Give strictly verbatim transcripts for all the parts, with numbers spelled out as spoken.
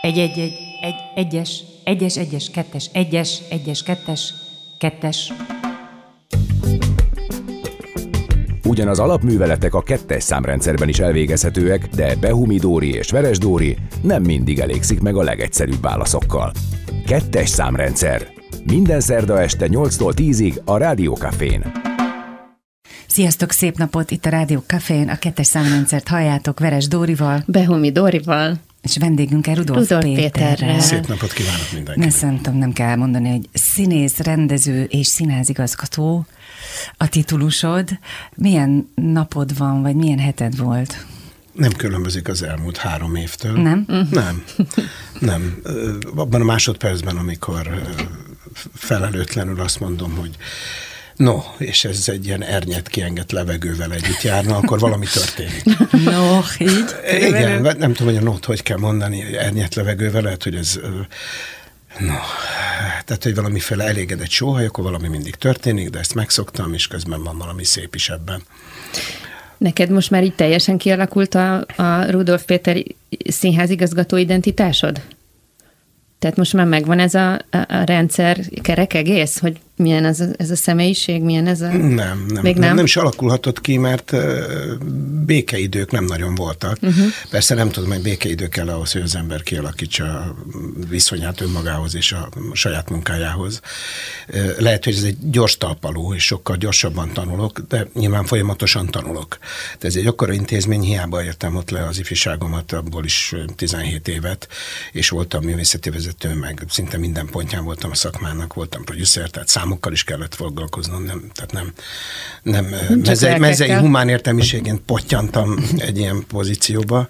Egy, egy, egy, egy, egyes, egyes, egyes, kettes, egyes, egyes, kettes, kettes. Ugyan az alapműveletek a kettes számrendszerben is elvégezhetőek, de Behumi Dóri és Veres Dóri nem mindig elégszik meg a legegyszerűbb válaszokkal. Kettes számrendszer. Minden szerda este nyolctól tízig a Rádió Cafén. Sziasztok, szép napot! Itt a Rádió Cafén, a kettes számrendszert halljátok Veres Dórival, Behumi Dórival, és vendégünkkel Rudolf, Rudolf Péterrel. Péterrel. Szép napot kívánok mindenkinek! Ne nem tudom, nem kell mondani, hogy színész, rendező és színházigazgató a titulusod. Milyen napod van, vagy milyen heted volt? Nem különbözik az elmúlt három évtől. Nem? Nem. Nem. Abban a másodpercben, amikor felelőtlenül azt mondom, hogy no, és ez egy ilyen ernyet kiengett levegővel együtt járna, akkor valami történik. No, így? Igen, nem tudom, hogy a nót hogy kell mondani, ernyet levegővel, lehet, hogy ez... No, tehát, hogy valamiféle elégedett sóhaj, akkor valami mindig történik, de ezt megszoktam, és közben van valami szép is ebben. Neked most már így teljesen kialakult a, a Rudolf Péter színházigazgató identitásod? Tehát most már megvan ez a, a, a rendszer kerek egész, hogy milyen ez a, ez a személyiség, milyen ez a... Nem, nem, Még nem, nem? nem is alakulhatott ki, mert békeidők nem nagyon voltak. Uh-huh. Persze nem tudom, hogy békeidő kell ahhoz, hogy az ember kialakítsa a viszonyát önmagához és a saját munkájához. Lehet, hogy ez egy gyors talpaló, és sokkal gyorsabban tanulok, de nyilván folyamatosan tanulok. De ez egy akkora intézmény, hiába értem ott le az ifjúságomat, abból is tizenhét évet, és voltam művészeti vezető, meg szinte minden pontján voltam a szakmának, voltam producer, tehát számokkal is kellett foglalkoznom, nem, tehát nem, nem mezei, mezei humán értelmiségén pottyantam egy ilyen pozícióba,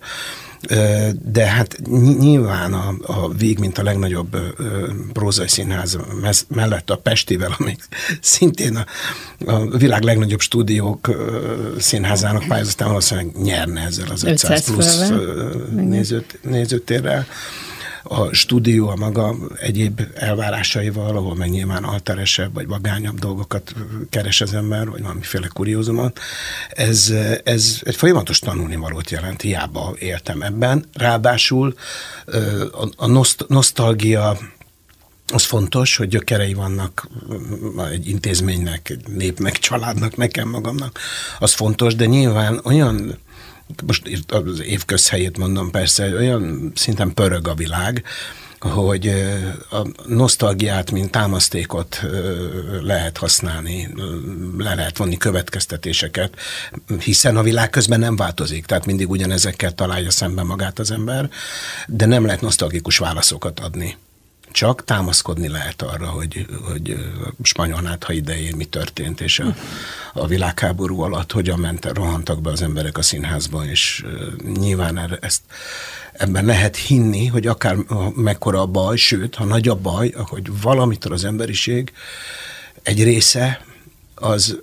de hát nyilván a, a Víg, mint a legnagyobb prózai színház mellett a Pestivel, amik szintén a, a világ legnagyobb stúdiók színházának pályázatán valószínűleg nyerne ezzel az ötszáz plusz nézőt, nézőtérrel. A stúdió a maga egyéb elvárásaival, ahol meg nyilván alteresebb vagy vagányabb dolgokat keres az ember, vagy valamiféle kuriózumot. Ez, ez egy folyamatos tanulnivalót jelent, hiába éltem ebben. Ráadásul a, a noszt, nosztalgia az fontos, hogy gyökerei vannak egy intézménynek, egy népnek, családnak, nekem magamnak. Az fontos, de nyilván olyan, most az év közhelyét mondom persze, olyan szinten pörög a világ, hogy a nosztalgiát, mint támasztékot lehet használni, le lehet vonni következtetéseket, hiszen a világ közben nem változik, tehát mindig ugyanezekkel találja szemben magát az ember, de nem lehet nosztalgikus válaszokat adni. Csak támaszkodni lehet arra, hogy, hogy a spanyol nátha idején mi történt, és a, a világháború alatt hogyan ment, rohantak be az emberek a színházba, és uh, nyilván erre, ezt, ebben lehet hinni, hogy akár mekkora a baj, sőt, ha nagy a baj, hogy valamitől az emberiség egy része az,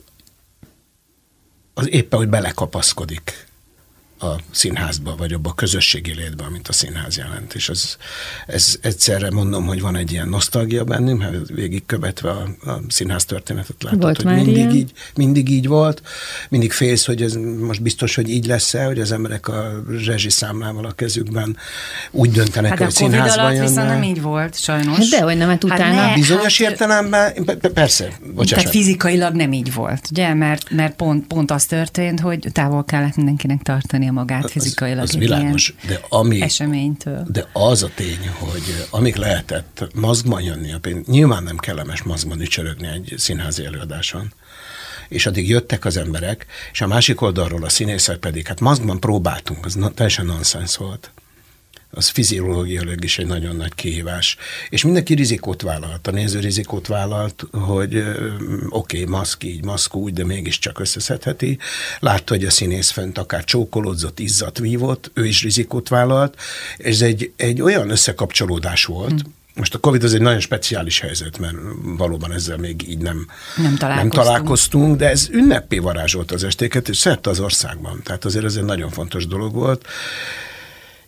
az éppen, hogy belekapaszkodik a színházba, vagy abba a közösségi létbe, amit a színház jelent. És ez, ez egyszerre mondom, hogy van egy ilyen nosztalgia bennünk, mert végigkövetve a, a színház történetet látod, volt hogy mindig így, mindig így volt. Mindig félsz, hogy ez most biztos, hogy így lesz-e, hogy az emberek a rezsiszámlával a kezükben úgy döntenek, hát hogy színházban jönnek. Hát a Covid alatt viszont nem így volt, sajnos. De hogy nem, mert utána... Hát ne, bizonyos hát, értelemben, persze, bocsánat. Tehát fizikailag nem így volt, ugye? Mert, mert pont, pont az történt, hogy távol kellett mindenkinek tartani a magát fizikailag az, az egy világos, ilyen de ami, eseménytől. De az a tény, hogy amíg lehetett maszkban jönni, a pénz, nyilván nem kellemes maszkban ücsörögni egy színházi előadáson, és addig jöttek az emberek, és a másik oldalról a színészek pedig, hát maszkban próbáltunk, az na, teljesen nonsens volt. Az fiziológiailag is egy nagyon nagy kihívás. És mindenki rizikót vállalt. A néző rizikót vállalt, hogy oké, okay, maszk így, maszk úgy, de mégiscsak összeszedheti. Látta, hogy a színész fent akár csókolódzott, izzadt, vívott, ő is rizikót vállalt. Ez egy, egy olyan összekapcsolódás volt. Hmm. Most a Covid az egy nagyon speciális helyzet, mert valóban ezzel még így nem, nem, találkoztunk. nem találkoztunk, de ez ünneppé varázsolt az estéket, és szerte az országban. Tehát azért ez egy nagyon fontos dolog volt.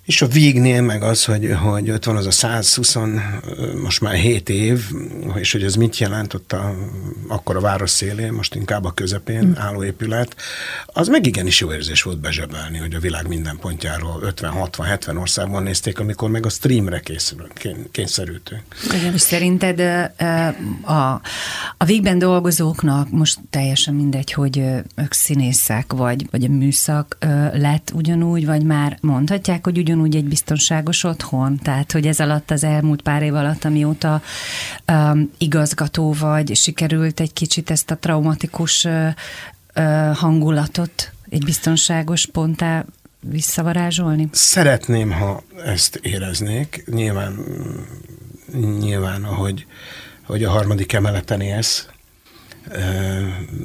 És a Vígnél meg az, hogy, hogy ott van az a százhúsz, most már hét év, és hogy ez mit jelent ott a, akkor a város szélén, most inkább a közepén mm. álló épület, az meg igenis jó érzés volt bezsebelni, hogy a világ minden pontjáról ötven, hatvan, hetven országban nézték, amikor meg a streamre készül, kényszerültünk. Igen, és szerinted a, a Vígben dolgozóknak most teljesen mindegy, hogy ők színészek, vagy, vagy a műszak lett ugyanúgy, vagy már mondhatják, hogy ugyanúgy egy biztonságos otthon? Tehát, hogy ez alatt az elmúlt pár év alatt, amióta um, igazgató vagy, sikerült egy kicsit ezt a traumatikus uh, uh, hangulatot egy biztonságos ponttá visszavarázsolni? Szeretném, ha ezt éreznék. Nyilván, nyilván ahogy hogy a harmadik emeleten élsz, uh,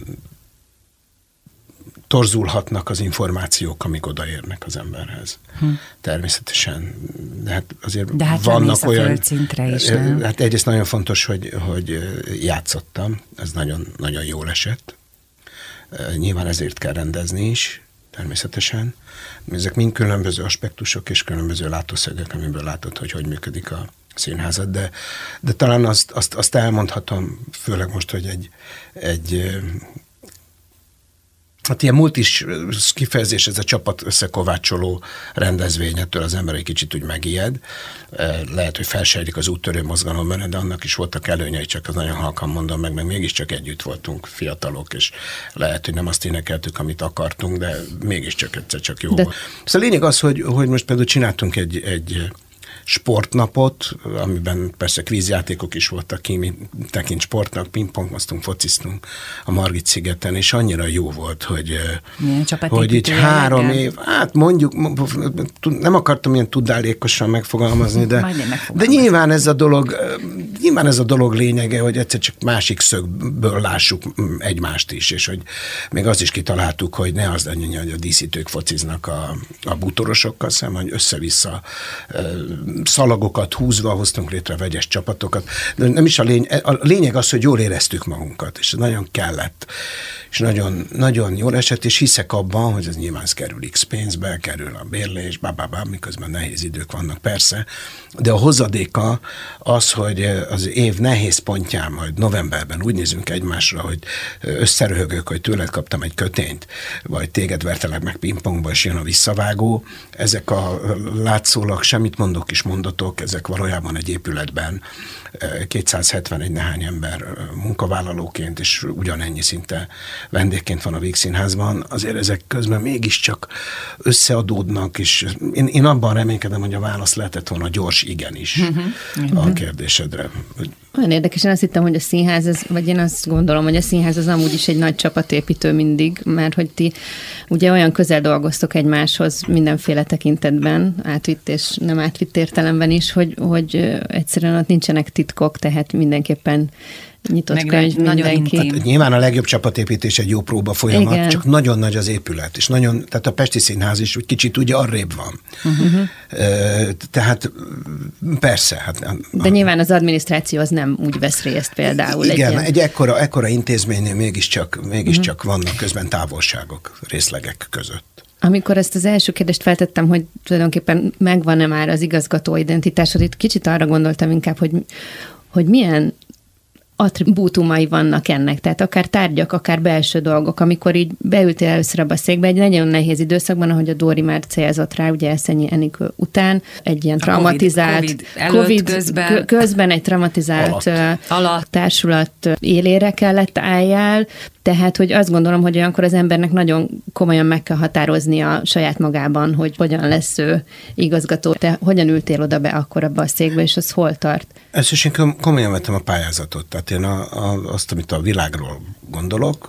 torzulhatnak az információk, amik odaérnek az emberhez. Hm. Természetesen. De hát azért De hát vannak olyan... földszintre is, nem? Hát egyrészt nagyon fontos, hogy, hogy játszottam. Ez nagyon, nagyon jól esett. Nyilván ezért kell rendezni is, természetesen. Ezek mind különböző aspektusok és különböző látószögek, amiből látod, hogy hogy működik a színházat, de, de talán azt, azt, azt elmondhatom, főleg most, hogy egy, egy hát ilyen multis kifejezés, ez a csapat összekovácsoló rendezvényettől az ember egy kicsit úgy megijed. Lehet, hogy felsejlik az úttörő mozgalomban, de annak is voltak előnyei, csak az nagyon halkan mondom meg, meg mégiscsak együtt voltunk fiatalok, és lehet, hogy nem azt énekeltük, amit akartunk, de mégiscsak egyszer csak jó de... volt. Szóval a lényeg az, hogy, hogy most például csináltunk egy, egy sportnapot, amiben persze kvízjátékok is voltak ki, mi tekint sportnak, pingpongoztunk, fociztunk a Margit szigeten, és annyira jó volt, hogy, hogy így három év, hát mondjuk, nem akartam ilyen tudálékosan megfogalmazni, de, de nyilván ez a dolog, nyilván ez a dolog lényege, hogy egyszer csak másik szögből lássuk egymást is, és hogy még azt is kitaláltuk, hogy ne az legyen, hogy a díszítők fociznak a, a bútorosokkal szemben, hogy össze-vissza szalagokat húzva hoztunk létre vegyes csapatokat, de nem is a lényeg, a lényeg az, hogy jól éreztük magunkat, és ez nagyon kellett, és nagyon, nagyon jól esett, és hiszek abban, hogy ez nyilván kerül X pénzbe, kerül a bérlés, bababá, miközben nehéz idők vannak persze, de a hozadéka az, hogy az év nehéz pontján, majd novemberben úgy nézünk egymásra, hogy összeröhögök, hogy tőled kaptam egy kötényt, vagy téged vertelek meg pingpongba, és jön a visszavágó. Ezek a látszólag semmit mondok is mondatok, ezek valójában egy épületben kétszázhetvenegy nehány ember munkavállalóként, és ugyanennyi szinte vendégként van a Vígszínházban, azért ezek közben mégiscsak összeadódnak, és én, én abban reménykedem, hogy a válasz lehetett volna gyors igen is uh-huh. a kérdésedre. Olyan érdekes, én azt hittem, hogy a színház, ez, vagy én azt gondolom, hogy a színház az amúgy is egy nagy csapatépítő mindig, mert hogy ti ugye olyan közel dolgoztok egymáshoz mindenféle tekintetben, átvitt és nem átvitt értelemben is, hogy, hogy egyszerűen ott nincsenek titkok, tehát mindenképpen nyitott meg könyv mindenki. Hát, nyilván a legjobb csapatépítés egy jó próba folyamat, igen. Csak nagyon nagy az épület, és nagyon, tehát a Pesti Színház is úgy kicsit ugye arrébb van. Uh-huh. Tehát persze. Hát, de a, nyilván az adminisztráció az nem úgy vesz részt például. Igen, egy, egy ekkora, ekkora intézménynél mégiscsak, mégiscsak uh-huh. vannak közben távolságok részlegek között. Amikor ezt az első kérdést feltettem, hogy tulajdonképpen megvan-e már az igazgató identitásod, itt kicsit arra gondoltam inkább, hogy, hogy milyen attribútumai vannak ennek, tehát akár tárgyak, akár belső dolgok, amikor így beültél először abba a székbe, egy nagyon nehéz időszakban, ahogy a Dóri már célzott rá, ugye Eszenyi Enikő után, egy ilyen a traumatizált, COVID, COVID, COVID közben. közben egy traumatizált alatt. társulat élére kellett álljál, tehát, hogy azt gondolom, hogy olyankor az embernek nagyon komolyan meg kell határozni a saját magában, hogy hogyan lesz ő igazgató. Te hogyan ültél oda be akkor abba a székbe, és az hol tart? Ezt is én komolyan vettem a pályázatot. Tehát én a, a, azt, amit a világról gondolok,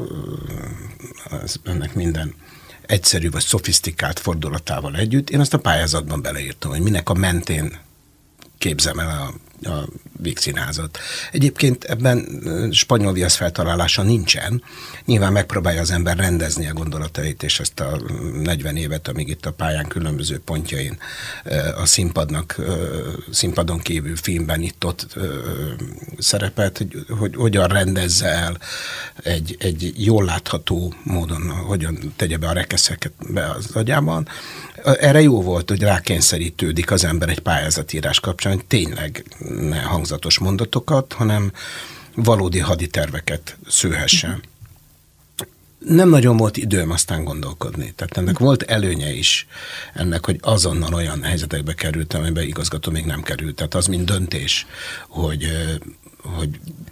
az, ennek minden egyszerű vagy szofisztikált fordulatával együtt, én azt a pályázatban beleírtam, hogy minek a mentén képzem el a a Vígszínházat. Egyébként ebben spanyol viasz feltalálása nincsen. Nyilván megpróbálja az ember rendezni a gondolatait, és ezt a negyven évet, amíg itt a pályán különböző pontjain a színpadnak, színpadon kívül filmben itt-ott szerepelt, hogy, hogy hogyan rendezze el egy, egy jól látható módon, hogyan tegye be a rekeszeket be az agyában. erre jó volt, hogy rákényszerítődik az ember egy pályázatírás kapcsán, hogy tényleg ne hangzatos mondatokat, hanem valódi haditerveket szőhessen. Nem nagyon volt időm aztán gondolkodni. Tehát ennek volt előnye is, ennek, hogy azonnal olyan helyzetekbe kerültem, amiben igazgató még nem került. Tehát az mind döntés, hogy, hogy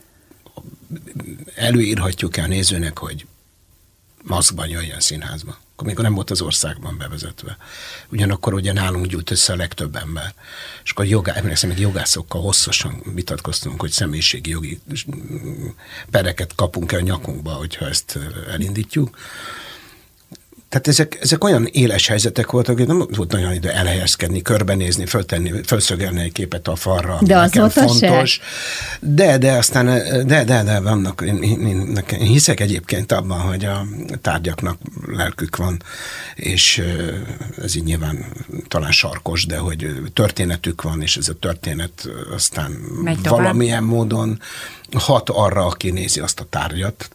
előírhatjuk el nézőnek, hogy maszkban jöjjön színházba. Amikor nem volt az országban bevezetve. Ugyanakkor ugye nálunk gyűlt össze a legtöbb ember. És akkor jogá, emlékszem, hogy jogászokkal hosszasan vitatkoztunk, hogy személyiségi jogi pereket kapunk-e a nyakunkba, hogyha ezt elindítjuk. Tehát ezek, ezek olyan éles helyzetek voltak, hogy nem volt nagyon idő elhelyezkedni, körbenézni, föltenni, fölszögelni egy képet a falra. De az volt fontos. De, de aztán, de, de, de vannak, én, én, én hiszek egyébként abban, hogy a tárgyaknak lelkük van, és ez így nyilván talán sarkos, de hogy történetük van, és ez a történet aztán valamilyen módon hat arra, aki nézi azt a tárgyat.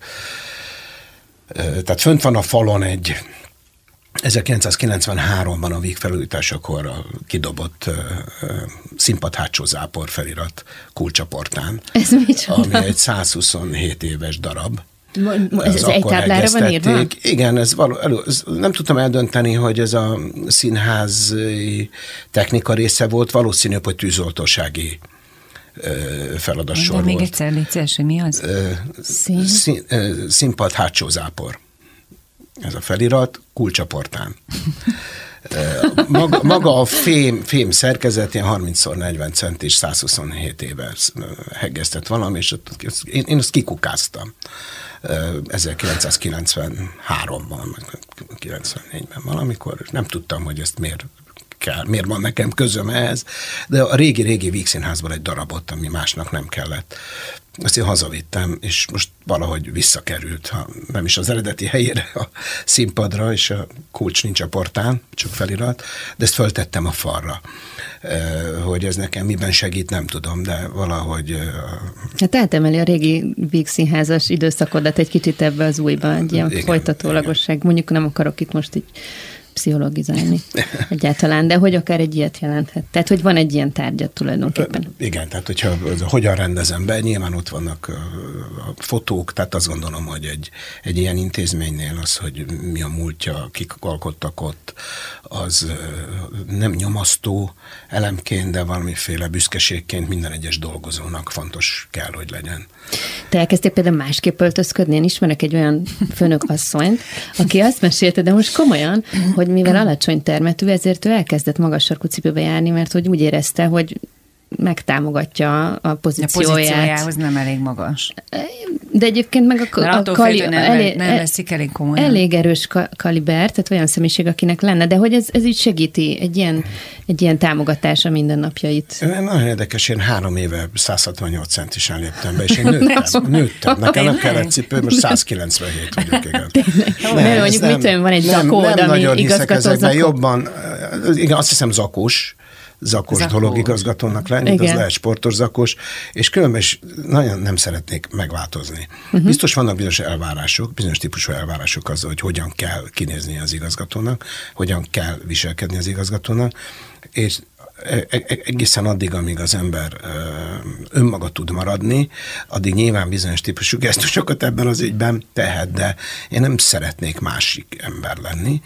Tehát fönt van a falon egy ezerkilencszázkilencvenháromban a Víg felújításakor kidobott uh, színpad hátsó zápor felirat Kulcsaportán. Ez micsoda? Ami egy százhuszonhét éves darab. Ez, ez egy táblára van írva? Igen, ez való, elő, ez nem tudtam eldönteni, hogy ez a színházi technika része volt, valószínű, hogy tűzoltósági feladatsor volt. De még egyszer légy, hogy mi az? Szín? Szín, színpad hátsó zápor. Ez a felirat Kulcsaportán. Maga, maga a fém, fém szerkezet ilyen harminc negyven centis, százhuszonhét éve heggesztett valami, és én, én azt kikukáztam ezerkilencszázkilencvenháromban, kilencvennégyben valamikor, és nem tudtam, hogy ezt miért kell, miért van nekem közöm ehhez, de a régi-régi Víg Színházban egy darabot, ami másnak nem kellett. Azt én hazavittem, és most valahogy visszakerült, ha nem is az eredeti helyére a színpadra, és a kulcs nincs a portán, csak felirat, de ezt föltettem a falra. Hogy ez nekem miben segít, nem tudom, de valahogy... Hát eltemeli a régi Víg Színházas időszakodat egy kicsit ebbe az újba, egy ilyen igen, folytatólagosság. Igen. Mondjuk nem akarok itt most így pszichologizálni egyáltalán, de hogy akár egy ilyet jelenthet. Tehát, hogy van egy ilyen tárgyat tulajdonképpen. Igen, tehát hogyha hogyan rendezem be, nyilván ott vannak a fotók, tehát azt gondolom, hogy egy, egy ilyen intézménynél az, hogy mi a múltja, kik alkottak ott, az nem nyomasztó elemként, de valamiféle büszkeségként minden egyes dolgozónak fontos kell, hogy legyen. Te elkezdtél például másképp öltözködni? Én ismerek egy olyan főnök asszonyt, aki azt mesélte, de most komolyan, hogy mivel alacsony termetű, ezért ő elkezdett magas sarkú cipőbe járni, mert hogy úgy érezte, hogy megtámogatja a pozícióját. A pozíciójához nem elég magas. De egyébként meg a, a kali, nem, elég, nem veszik elég komolyan. Elég erős kaliber, tehát olyan személyiség, akinek lenne, de hogy ez, ez így segíti egy ilyen, egy ilyen támogatás a mindennapjait. Nagyon érdekes, én három éve száz hatvannyolc centisen léptem be, és én nőttem. nőttem. Nekem nem kellett cipő, most száz kilencvenhét vagyok, igen. Nem, nem, mondjuk mit tudom, van egy zakód, nem, nem ami nagyon hiszek ezekben, zakó. Jobban, igen, azt hiszem zakós, zakos zakós. dolog igazgatónak lenni, az lehet sportos zakos, és különben is nagyon nem szeretnék megváltozni. Uh-huh. Biztos vannak bizonyos elvárások, bizonyos típusú elvárások azzal, hogy hogyan kell kinézni az igazgatónak, hogyan kell viselkedni az igazgatónak, és egészen addig, amíg az ember önmaga tud maradni, addig nyilván bizonyos típusú gesztusokat ebben az ügyben tehet, de én nem szeretnék másik ember lenni.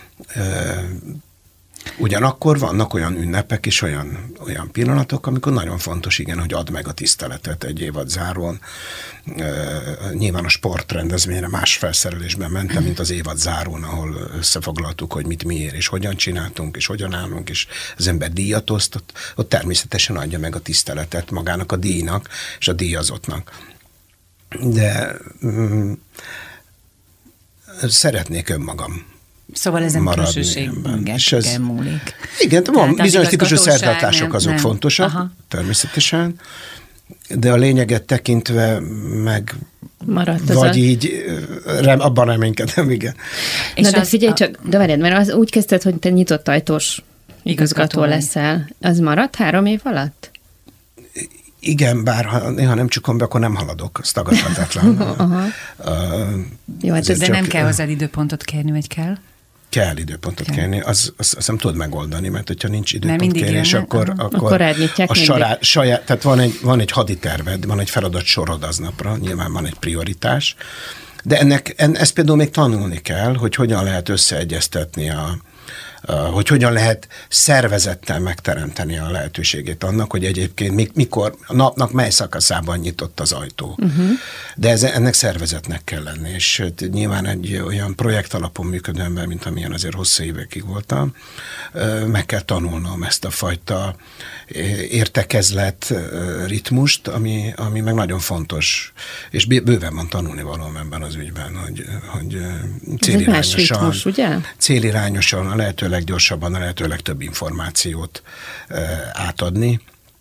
Ugyanakkor vannak olyan ünnepek és olyan, olyan pillanatok, amikor nagyon fontos, igen, hogy add meg a tiszteletet egy évad zárón. E, nyilván a sportrendezvényre más felszerelésben mentem, mint az évad zárón, ahol összefoglaltuk, hogy mit miért, és hogyan csináltunk, és hogyan állunk, és az ember díjat oszt, ott, ott természetesen adja meg a tiszteletet magának a díjnak, és a díjazottnak. De mm, szeretnék önmagam Szóval ezen külsőségekkel múlik. Igen, van bizonyos típusú szertartások azok nem. fontosak, Aha. természetesen, de a lényeget tekintve meg maradt vagy a... így, rem, abban reménykedem, igen. Na de figyelj a... csak, de várjad, mert az úgy kezdted, hogy te nyitott ajtós igazgató, igazgató leszel. Az maradt három év alatt? Igen, bár ha néha nem csukom be, akkor nem haladok, az tagadhatatlan. uh, Jó, hát de csak... nem kell hozzád időpontot kérni, vagy kell? Kell időpontot kell. kérni, az, az, azt nem tudod megoldani, mert hogyha nincs időpontkérés, akkor, akkor, akkor a sará, saját, tehát van egy, van egy haditerved, van egy feladat sorod aznapra, nyilván van egy prioritás, de ennek, en, ezt például még tanulni kell, hogy hogyan lehet összeegyeztetni a hogy hogyan lehet szervezettel megteremteni a lehetőségét annak, hogy egyébként mikor, a napnak mely szakaszában nyitott az ajtó. Uh-huh. De ez, ennek szervezetnek kell lenni, és nyilván egy olyan projekt alapon működő ember, mint amilyen azért hosszú évekig voltam, meg kell tanulnom ezt a fajta értekezlet ritmust, ami, ami meg nagyon fontos, és bőven van tanulni valóm ebben az ügyben, hogy, hogy célirányosan, ritmus, ugye? célirányosan a lehető leggyorsabban, a lehető legtöbb információt átadni,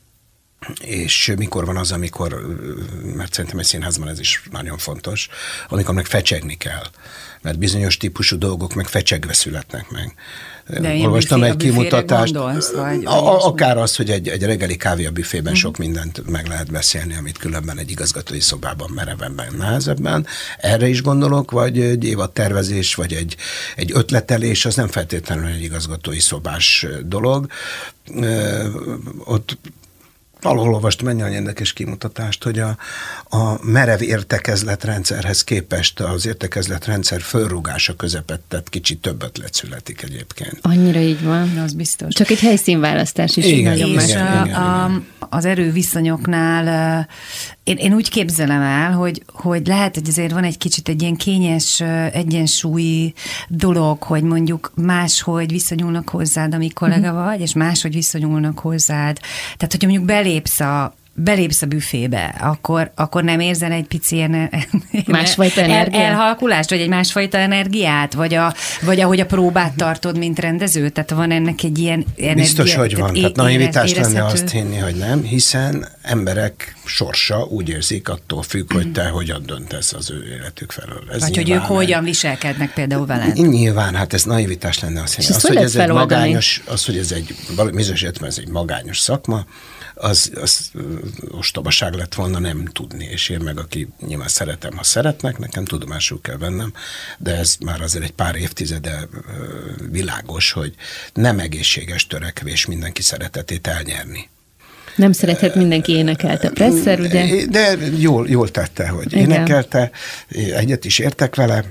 és mikor van az, amikor, mert szerintem egy színházban ez is nagyon fontos, amikor meg fecsegni kell, mert bizonyos típusú dolgok meg fecsegve születnek meg. De olvastam egy kimutatást, gondolsz, vagy, a, akár az, hogy egy, egy reggeli kávé a büfében uh-huh. sok mindent meg lehet beszélni, amit különben egy igazgatói szobában merevebben, nehezebben. Erre is gondolok, vagy egy évadtervezés, vagy egy, egy ötletelés, az nem feltétlenül egy igazgatói szobás dolog. Ö, ott valahol olvastam egy nagyon érdekes kimutatást, hogy a, a merev értekezletrendszerhez képest az értekezletrendszer fölrúgása közepette kicsit több ötlet születik egyébként. Annyira így van. Az biztos. Csak egy helyszínválasztás is igen, nagyon igen, más. Igen, igen, a, igen. Az erőviszonyoknál én, én úgy képzelem el, hogy, hogy lehet, hogy azért van egy kicsit egy ilyen kényes egyensúlyi dolog, hogy mondjuk máshogy viszonyulnak hozzád, amíg kollega uh-huh. vagy, és máshogy viszonyulnak hozzád. Tehát, hogyha mondjuk belépsz a belépsz a büfébe, akkor, akkor nem érzel egy pici ener- másfajta el, energiát? elhalkulást, vagy egy másfajta energiát, vagy, a, vagy ahogy a próbát tartod, mint rendező? Tehát van ennek egy ilyen energia. Biztos, hogy van. Tehát naivitás érezhető. lenne azt hinni, hogy nem, hiszen emberek sorsa úgy érzik, attól függ, hogy te hogyan döntesz az ő életük felől. Ez vagy hogy ők hogyan viselkednek például veled. Nyilván, hát ez naivitás lenne azt hinni. Az, hogy ez egy magányos, az, hogy ez egy bizonyos értelemben ez egy magányos szakma, az, az ostobaság lett volna nem tudni, és én meg, aki nyilván szeretem, ha szeretnek, nekem tudomásul kell vennem, de ez már azért egy pár évtizede világos, hogy nem egészséges törekvés mindenki szeretetét elnyerni. Nem szeretett mindenki énekelte Presser, ugye? De jól, jól tette, hogy igen. énekelte, egyet is értek vele,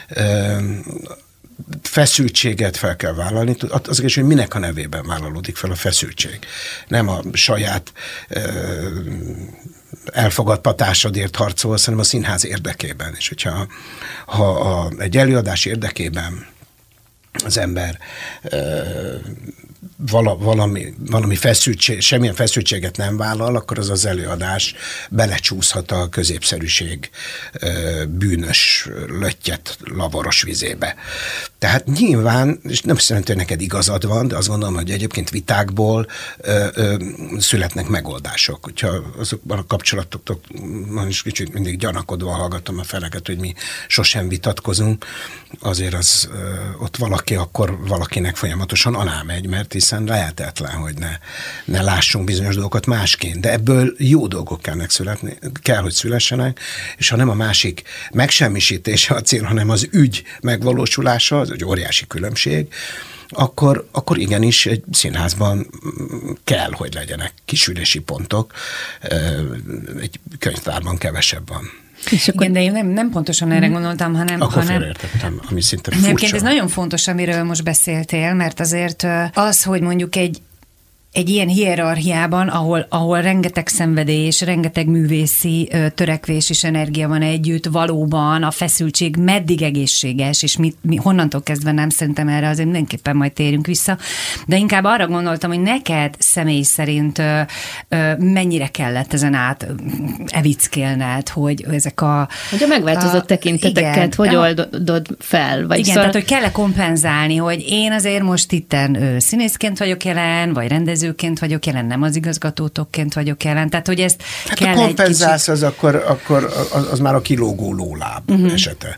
feszültséget fel kell vállalni, az is, hogy minek a nevében vállalódik fel a feszültség. Nem a saját ö, elfogadtatásodért harcolsz, hanem a színház érdekében. És hogyha ha a, egy előadás érdekében az ember ö, vala, valami, valami feszültség, semmilyen feszültséget nem vállal, akkor az az előadás belecsúszhat a középszerűség ö, bűnös löttyet lavaros vizébe. Tehát nyilván, és nem szerint, hogy neked igazad van, de azt gondolom, hogy egyébként vitákból ö, ö, születnek megoldások. Hogyha azokban a kapcsolatokban is kicsit mindig gyanakodva hallgatom a feleket, hogy mi sosem vitatkozunk, azért az ö, ott valaki akkor valakinek folyamatosan alá megy, mert hiszen lehetetlen, hogy ne, ne lássunk bizonyos dolgokat másként. De ebből jó dolgok kellnek születni, kell, hogy szülessenek, és ha nem a másik megsemmisítése a cél, hanem az ügy megvalósulása, az egy óriási különbség, akkor, akkor igenis egy színházban kell, hogy legyenek kisülési pontok, egy könyvtárban kevesebb van. És akkor... Igen, de én nem, nem pontosan erre gondoltam, hanem... Akkor hanem... félreértettem, ami szinte furcsa. Egyébként ez nagyon fontos, amiről most beszéltél, mert azért az, hogy mondjuk egy egy ilyen hierarchiában, ahol, ahol rengeteg szenvedély és rengeteg művészi ö, törekvés és energia van együtt, valóban a feszültség meddig egészséges, és mit, mi, honnantól kezdve nem, szerintem erre azért mindenképpen majd térünk vissza, de inkább arra gondoltam, hogy neked személy szerint ö, ö, mennyire kellett ezen át evickélned, hogy ezek a... Hogy a megváltozott a, tekinteteket igen, hogy oldod fel? Vagy igen, szóval... tehát hogy kell-e kompenzálni, hogy én azért most itten ö, színészként vagyok jelen, vagy rendező ként vagyok jelen, nem az igazgatótokként vagyok jelen. Tehát, hogy ezt hát kell a kompenzálsz, kicsit... az akkor, akkor az, az már a kilógó lóláb uh-huh. esete.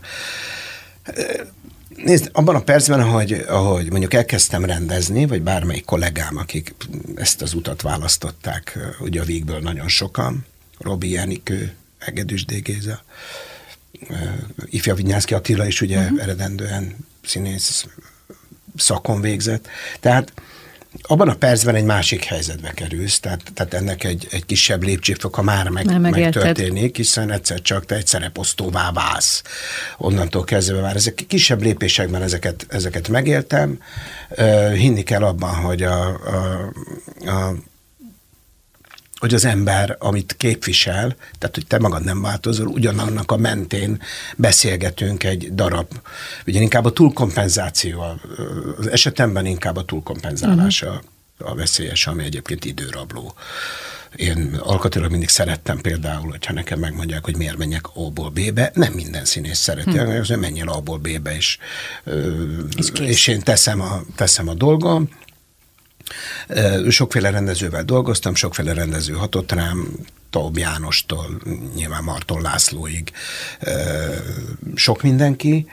Nézd, abban a percben, ahogy, ahogy mondjuk elkezdtem rendezni, vagy bármelyik kollégám, akik ezt az utat választották, ugye a Vígből nagyon sokan, Robi, Enikő, Egedűs D. Géza, Ifja Vinyánszky Attila is ugye uh-huh. eredendően színész, szakon végzett. Tehát abban a percben egy másik helyzetbe kerülsz, tehát, tehát ennek egy, egy kisebb lépcsőfoka már, meg, már megtörténik, hiszen egyszer csak te egy szereposztóvá válsz. Onnantól kezdve már ezek kisebb lépésekben ezeket, ezeket megéltem. Uh, hinni kell abban, hogy a, a, a hogy az ember, amit képvisel, tehát hogy te magad nem változol, ugyanannak a mentén beszélgetünk egy darab. Ugye inkább a túlkompenzáció, az esetemben inkább a túlkompenzálás a, a veszélyes, ami egyébként időrabló. Én alkatilag mindig szerettem például, hogyha nekem megmondják, hogy miért menjek A-ból B-be, nem minden színész szereti, hmm. hogy menjél A-ból B-be, és, és, és én teszem a, teszem a dolgom. Sokféle rendezővel dolgoztam, sokféle rendező hatott rám, Taub Jánostól, nyilván Marton Lászlóig, sok mindenki,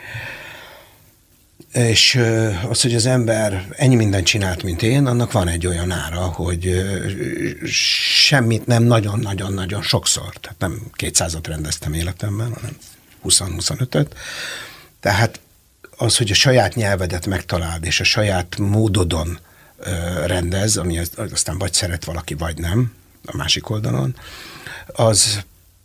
és az, hogy az ember ennyi mindent csinált, mint én, annak van egy olyan ára, hogy semmit nem nagyon-nagyon-nagyon sokszor, tehát nem kétszázat rendeztem életemben, hanem húsz-huszonötöt, tehát az, hogy a saját nyelvedet megtaláld, és a saját módodon rendez, ami aztán vagy szeret valaki, vagy nem, a másik oldalon, az,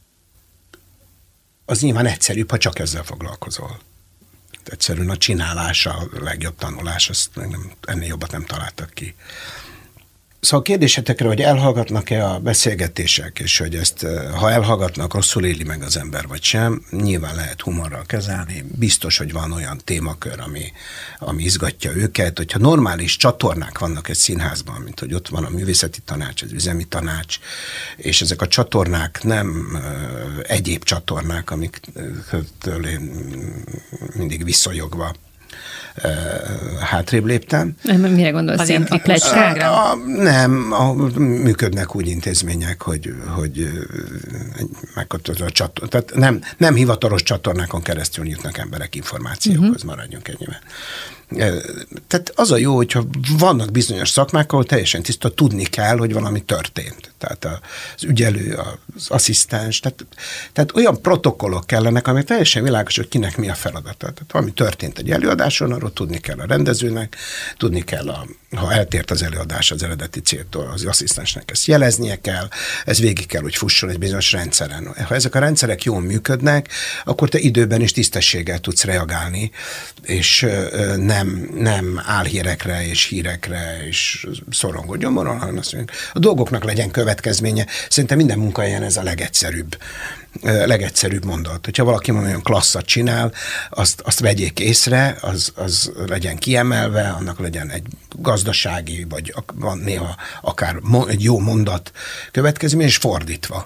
az nyilván egyszerűbb, ha csak ezzel foglalkozol. Egyszerűen a csinálása a legjobb tanulás, azt nem, ennél jobbat nem találtak ki. Szóval a kérdésetekre, hogy elhallgatnak-e a beszélgetések, és hogy ezt, ha elhallgatnak, rosszul éli meg az ember, vagy sem, nyilván lehet humorral kezelni. Biztos, hogy van olyan témakör, ami, ami izgatja őket. Hogyha normális csatornák vannak egy színházban, mint hogy ott van a művészeti tanács, az üzemi tanács, és ezek a csatornák nem uh, egyéb csatornák, amiktől én mindig visszajogva Uh, hátrébb léptem. Mire gondolsz? Az a plecskágra? Nem, a, működnek úgy intézmények, hogy, hogy megkapcsolod a csatornát. Tehát nem, nem hivatalos csatornákon keresztül jutnak emberek információkhoz, uh-huh. maradjunk ennyivel. Tehát az a jó, hogyha vannak bizonyos szakmák, ahol teljesen tiszta, tudni kell, hogy valami történt. Tehát az ügyelő, az asszisztens, tehát, tehát olyan protokollok kellenek, ami teljesen világos, hogy kinek mi a feladata. Tehát valami történt egy előadáson, arról tudni kell a rendezőnek, tudni kell, a, ha eltért az előadás az eredeti céltól, az asszisztensnek ezt jeleznie kell, ez végig kell, hogy fusson egy bizonyos rendszeren. Ha ezek a rendszerek jól működnek, akkor te időben is tisztességgel tudsz reagálni, és nem, nem álhírekre és hírekre és szorongó gyomoron, hanem azt mondjuk, a dolgoknak legyen következménye. Szerintem minden munkahelyen ez a legegyszerűbb, legegyszerűbb mondat. Hogyha valaki olyan klasszat csinál, azt, azt vegyék észre, az, az legyen kiemelve, annak legyen egy gazdasági, vagy van néha akár egy jó mondat következmény, és fordítva.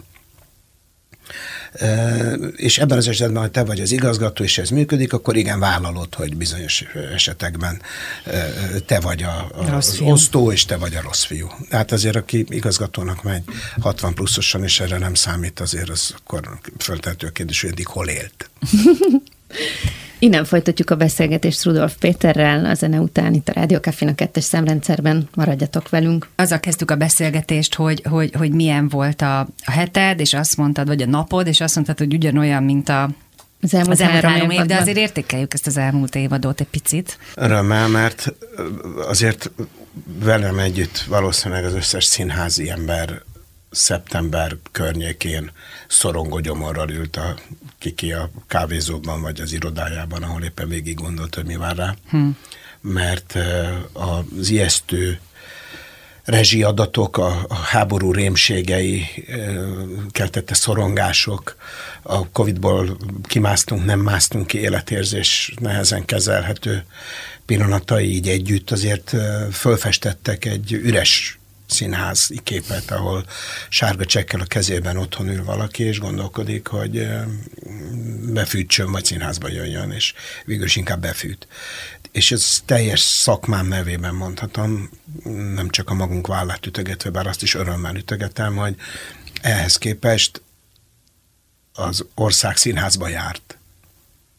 És ebben az esetben, ha te vagy az igazgató, és ez működik, akkor igen, vállalod, hogy bizonyos esetekben te vagy a, a, az osztó, és te vagy a rossz fiú. Hát azért, aki igazgatónak megy hatvan pluszosan, és erre nem számít, azért az akkor föltehető a kérdés, hogy eddig hol élt. Innen folytatjuk a beszélgetést Rudolf Péterrel, a zene után itt a Rádió Cafén a kettes számrendszerben. Maradjatok velünk. Azzal kezdtük a beszélgetést, hogy, hogy, hogy milyen volt a, a heted, és azt mondtad, vagy a napod, és azt mondtad, hogy ugyanolyan, mint a az elmúlt, az elmúlt három, három év, évadban. de azért értékeljük ezt az elmúlt évadot egy picit. Örömmel, mert azért velem együtt valószínűleg az összes színházi ember szeptember környékén szorongó gyomorral ült a kiki a kávézóban, vagy az irodájában, ahol éppen végig gondolt, hogy mi vár rá. Hm. Mert az ijesztő rezsiadatok, a, a háború rémségei, keltette szorongások, a Covidból kimásztunk, nem másztunk ki, életérzés nehezen kezelhető pillanatai így együtt azért fölfestettek egy üres színházi képet, ahol sárga csekkel a kezében otthon ül valaki, és gondolkodik, hogy befűtsön, vagy színházba jöjjön, és végül is inkább befűt. És ez teljes szakmám nevében mondhatom, nem csak a magunk vállát ütögetve, bár azt is örömmel ütögetem, hogy ehhez képest az ország színházba járt.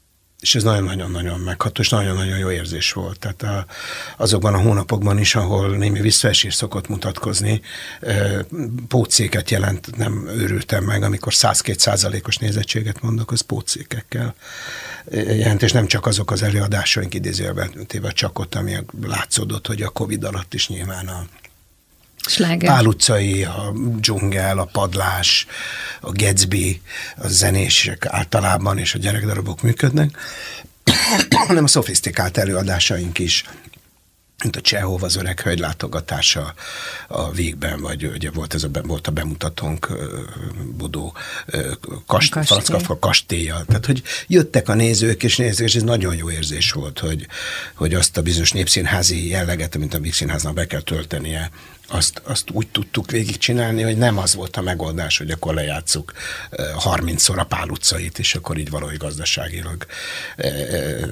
és ez nagyon-nagyon-nagyon megható, és nagyon-nagyon jó érzés volt. Tehát a, azokban a hónapokban is, ahol némi visszaesés szokott mutatkozni, pótszéket jelent, nem őrültem meg, amikor száz-két százalékos nézettséget mondok, az pótszékekkel jelent, és nem csak azok az előadásaink idézőjelben téve csak ott, ami látszódott, hogy a Covid alatt is nyilván a Sláger. Pál utcai, a dzsungel, a padlás, a Gatsby, a zenések általában és a gyerekdarabok működnek, hanem a szofisztikált előadásaink is, mint a Csehov, az öreg hölgy látogatása a Vígben, vagy ugye volt, ez a, volt a bemutatónk Bodó kast, Kafka kastélya. Tehát, hogy jöttek a nézők, és nézők, és ez nagyon jó érzés volt, hogy, hogy azt a bizonyos népszínházi jelleget, amit a Vígszínháznak be kell töltenie, Azt, azt úgy tudtuk végigcsinálni, hogy nem az volt a megoldás, hogy akkor lejátszuk harmincszor a Pál utcait, és akkor így valahogy gazdaságilag e, e,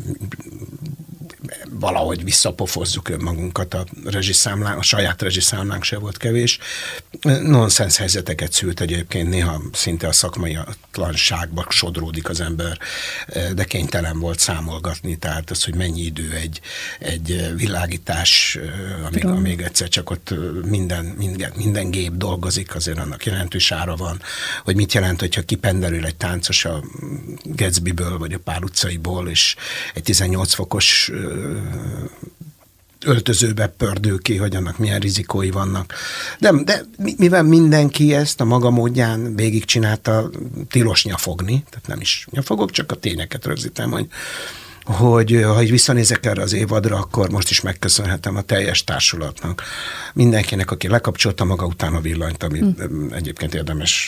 valahogy visszapofozzuk önmagunkat a rezsiszámlán, a saját rezsiszámlánk se volt kevés. Nonsens helyzeteket szült egyébként, néha szinte a szakmaiatlanságba sodródik az ember, de kénytelen volt számolgatni, tehát az, hogy mennyi idő egy, egy világítás, amíg, amíg egyszer csak ott minden, minden, minden gép dolgozik, azért annak jelentős ára van, hogy mit jelent, hogyha kipenderül egy táncos a Gatsbyből, vagy a Pál utcaiból, és egy tizennyolc fokos öltözőbe pördül ki, hogy annak milyen rizikói vannak. De, de mivel mindenki ezt a maga módján végigcsinálta, tilos nyafogni, tehát nem is nyafogok, csak a tényeket rögzítem, hogy hogy ha így visszanézek erre az évadra, akkor most is megköszönhetem a teljes társulatnak. Mindenkinek, aki lekapcsolta maga után a villanyt, amit mm. egyébként érdemes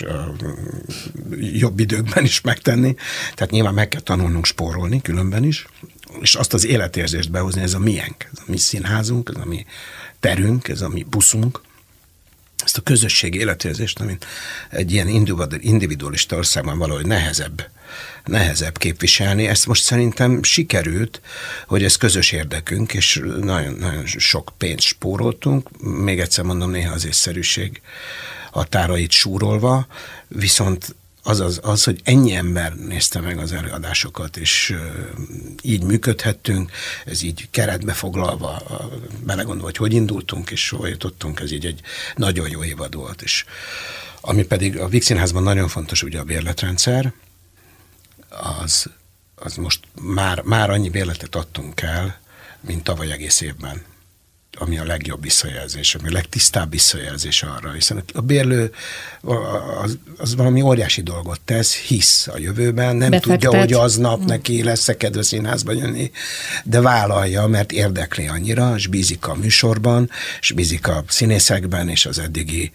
jobb időkben is megtenni. Tehát nyilván meg kell tanulnunk spórolni, különben is, és azt az életérzést behozni, ez a miénk, ez a mi színházunk, ez a mi terünk, ez a mi buszunk, ezt a közösségi életérzést, amit egy ilyen individualista országban valahogy nehezebb, nehezebb képviselni. Ezt most szerintem sikerült, hogy ez közös érdekünk, és nagyon, nagyon sok pénzt spóroltunk, még egyszer mondom, néha az észszerűség határait súrolva, viszont az, az, az, hogy ennyi ember nézte meg az előadásokat, és uh, így működhettünk, ez így keretbe foglalva, uh, belegondolva, hogy hogy indultunk, és hol jutottunk, ez így egy nagyon jó évad volt. És ami pedig a Vígszínházban nagyon fontos, ugye a bérletrendszer, az, az most már, már annyi bérletet adtunk el, mint tavaly egész évben, ami a legjobb visszajelzés, ami a legtisztább visszajelzés arra, hiszen a bérlő az, az valami óriási dolgot tesz, hisz a jövőben, nem Befektet. Tudja, hogy aznap hmm. neki lesz-e kedve színházba jönni, de vállalja, mert érdekli annyira, és bízik a műsorban, és bízik a színészekben, és az eddigi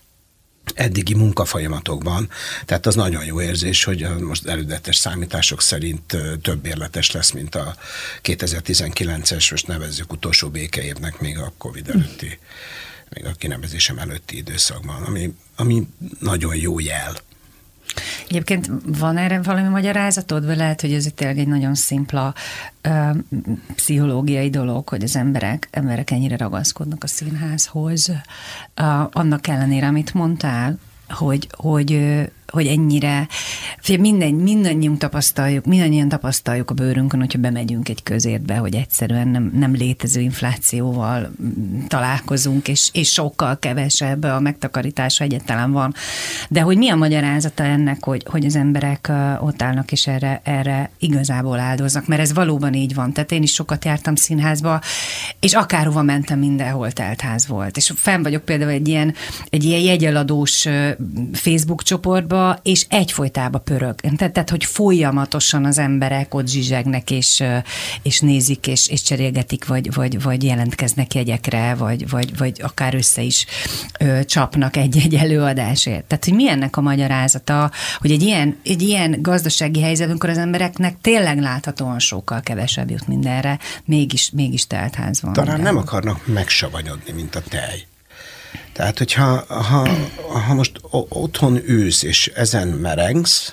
eddigi munkafolyamatokban. Tehát az nagyon jó érzés, hogy most előzetes számítások szerint több bérletes lesz, mint a kétezer-tizenkilences, most nevezzük utolsó békeévnek még a Covid előtti, még a kinevezésem előtti időszakban, ami, ami nagyon jó jel. Egyébként van erre valami magyarázatod, vagy lehet, hogy ez itt tényleg egy nagyon szimpla ö, pszichológiai dolog, hogy az emberek, emberek ennyire ragaszkodnak a színházhoz. Ö, annak ellenére, amit mondtál, hogy, hogy, hogy ennyire, minden, mindannyiunk tapasztaljuk, mindannyian tapasztaljuk a bőrünkön, hogyha bemegyünk egy közértbe, hogy egyszerűen nem, nem létező inflációval találkozunk, és, és sokkal kevesebb a megtakarítás, egyáltalán van. De hogy mi a magyarázata ennek, hogy, hogy az emberek ott állnak, és erre, erre igazából áldoznak, mert ez valóban így van. Tehát én is sokat jártam színházba, és akárhova mentem, mindenhol teltház volt. És fenn vagyok például egy ilyen, egy ilyen jegyeladós Facebook csoportba, és egyfolytában pörög. Tehát, tehát, hogy folyamatosan az emberek ott zsizsegnek, és, és nézik, és, és cserélgetik, vagy, vagy, vagy jelentkeznek jegyekre, vagy, vagy, vagy akár össze is ö, csapnak egy-egy előadásért. Tehát, hogy mi ennek a magyarázata, hogy egy ilyen, egy ilyen gazdasági helyzetben, amikor az embereknek tényleg láthatóan sokkal kevesebb jut mindenre, mégis, mégis teltház van. Talán nem akarnak megsavanyodni, mint a tej. Tehát, hogyha ha, ha most otthon ülsz, és ezen merengsz...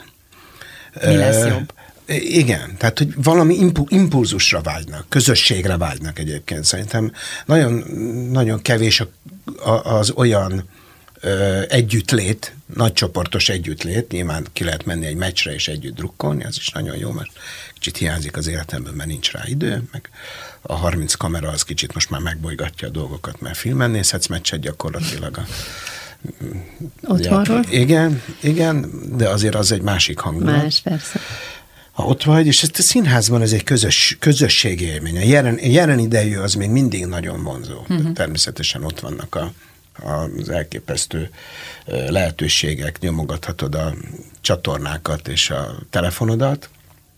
Mi lesz jobb? Igen, tehát, hogy valami impulzusra vágynak, közösségre vágynak egyébként. Szerintem nagyon, nagyon kevés az olyan együttlét, nagy csoportos együttlét, nyilván ki lehet menni egy meccsre és együtt drukkolni, az is nagyon jó, mert kicsit hiányzik az életemben, mert nincs rá idő, meg a harminc kamera az kicsit most már megbolygatja a dolgokat, mert filmen nézhetsz meccset gyakorlatilag a otthonról. Ja, igen, igen, de azért az egy másik hangulat. Más, persze. Ha ott vagy, és ezt a színházban ez egy közös, közösségi élmény. A jelen, jelen idejű az még mindig nagyon vonzó. Uh-huh. Természetesen ott vannak a, az elképesztő lehetőségek, nyomogathatod a csatornákat és a telefonodat,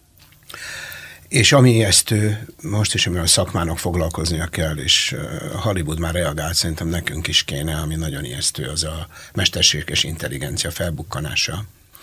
és ami ijesztő, most is, amivel a szakmának foglalkoznia kell, és Hollywood már reagált, szerintem nekünk is kéne, ami nagyon ijesztő, az a mesterséges intelligencia felbukkanása.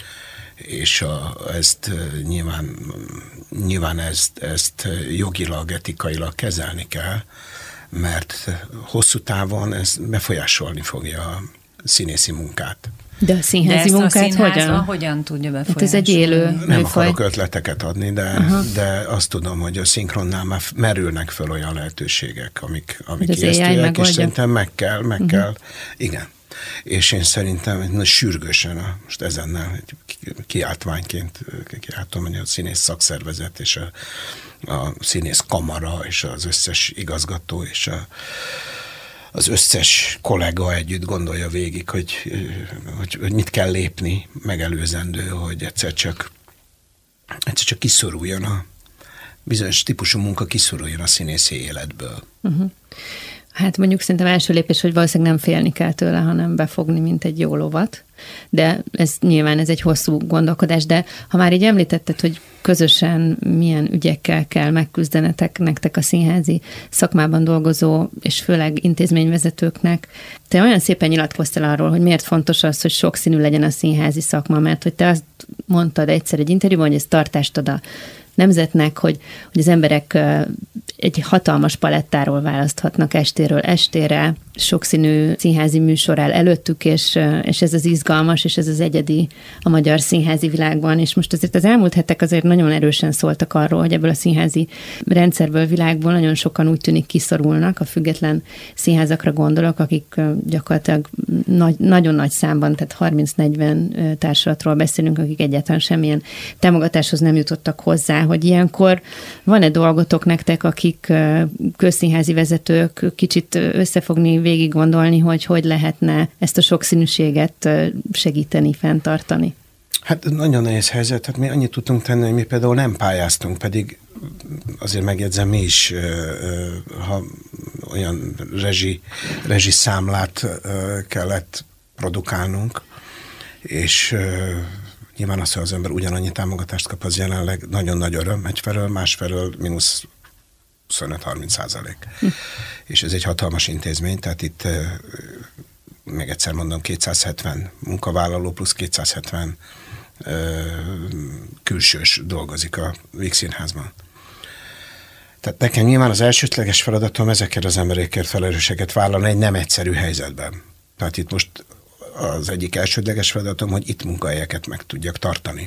És a, ezt nyilván, nyilván ezt, ezt jogilag, etikailag kezelni kell, mert hosszú távon ez befolyásolni fogja a színészi munkát. De a színházi de munkát a hogyan? hogyan tudja befolyásolni? Hát ez egy élő Nem műfaj. akarok ötleteket adni, de, de azt tudom, hogy a szinkronnál már merülnek föl olyan lehetőségek, amik, amik ijesztőek, és szerintem meg kell, meg uh-huh. kell. Igen. És én szerintem na, sürgősen, a, most ezennel kiáltványként kiáltom, hogy a színész szakszervezet és a, a színész kamara és az összes igazgató és a az összes kollega együtt gondolja végig, hogy, hogy, hogy mit kell lépni megelőzendő, hogy egyszer csak, egyszer csak kiszoruljon a bizonyos típusú munka, kiszoruljon a színészi életből. Uh-huh. Hát mondjuk szerintem első lépés, hogy valószínűleg nem félni kell tőle, hanem befogni, mint egy jó lovat. De ez nyilván ez egy hosszú gondolkodás, de ha már így említetted, hogy közösen milyen ügyekkel kell megküzdenetek nektek a színházi szakmában dolgozó, és főleg intézményvezetőknek. Te olyan szépen nyilatkoztál arról, hogy miért fontos az, hogy sokszínű legyen a színházi szakma, mert hogy te azt mondtad egyszer egy interjúban, hogy ez tartást ad a nemzetnek, hogy, hogy az emberek egy hatalmas palettáról választhatnak estéről estére, sokszínű színházi műsor áll előttük, és, és ez az izgalmas, és ez az egyedi a magyar színházi világban, és most azért az elmúlt hetek azért nagyon erősen szóltak arról, hogy ebből a színházi rendszerből, világból nagyon sokan úgy tűnik kiszorulnak, a független színházakra gondolok, akik gyakorlatilag nagy, nagyon nagy számban, tehát harminc-negyven társulatról beszélünk, akik egyáltalán semmilyen támogatáshoz nem jutottak hozzá, hogy ilyenkor van-e dolgotok nektek, akik közszínházi vezetők kicsit összefogni, végig gondolni, hogy hogy lehetne ezt a sokszínűséget segíteni, fenntartani? Hát nagyon nehéz helyzet. Hát mi annyit tudtunk tenni, hogy mi például nem pályáztunk, pedig azért megjegyzem, mi is, ha olyan rezsi, rezsi számlát kellett produkálnunk, és nyilván az, hogy az ember ugyanannyi támogatást kap, az jelenleg nagyon nagy öröm egyfelől, másfelől mínusz huszonöt-harminc százalék. Hm. És ez egy hatalmas intézmény, tehát itt még egyszer mondom, kétszázhetven munkavállaló plusz kétszázhetven ö, külsős dolgozik a Víg Színházban. Tehát nekem nyilván az elsődleges feladatom ezekért az emberekért felelősséget vállalni egy nem egyszerű helyzetben. Tehát itt most az egyik elsődleges feladatom, hogy itt munkahelyeket meg tudjak tartani.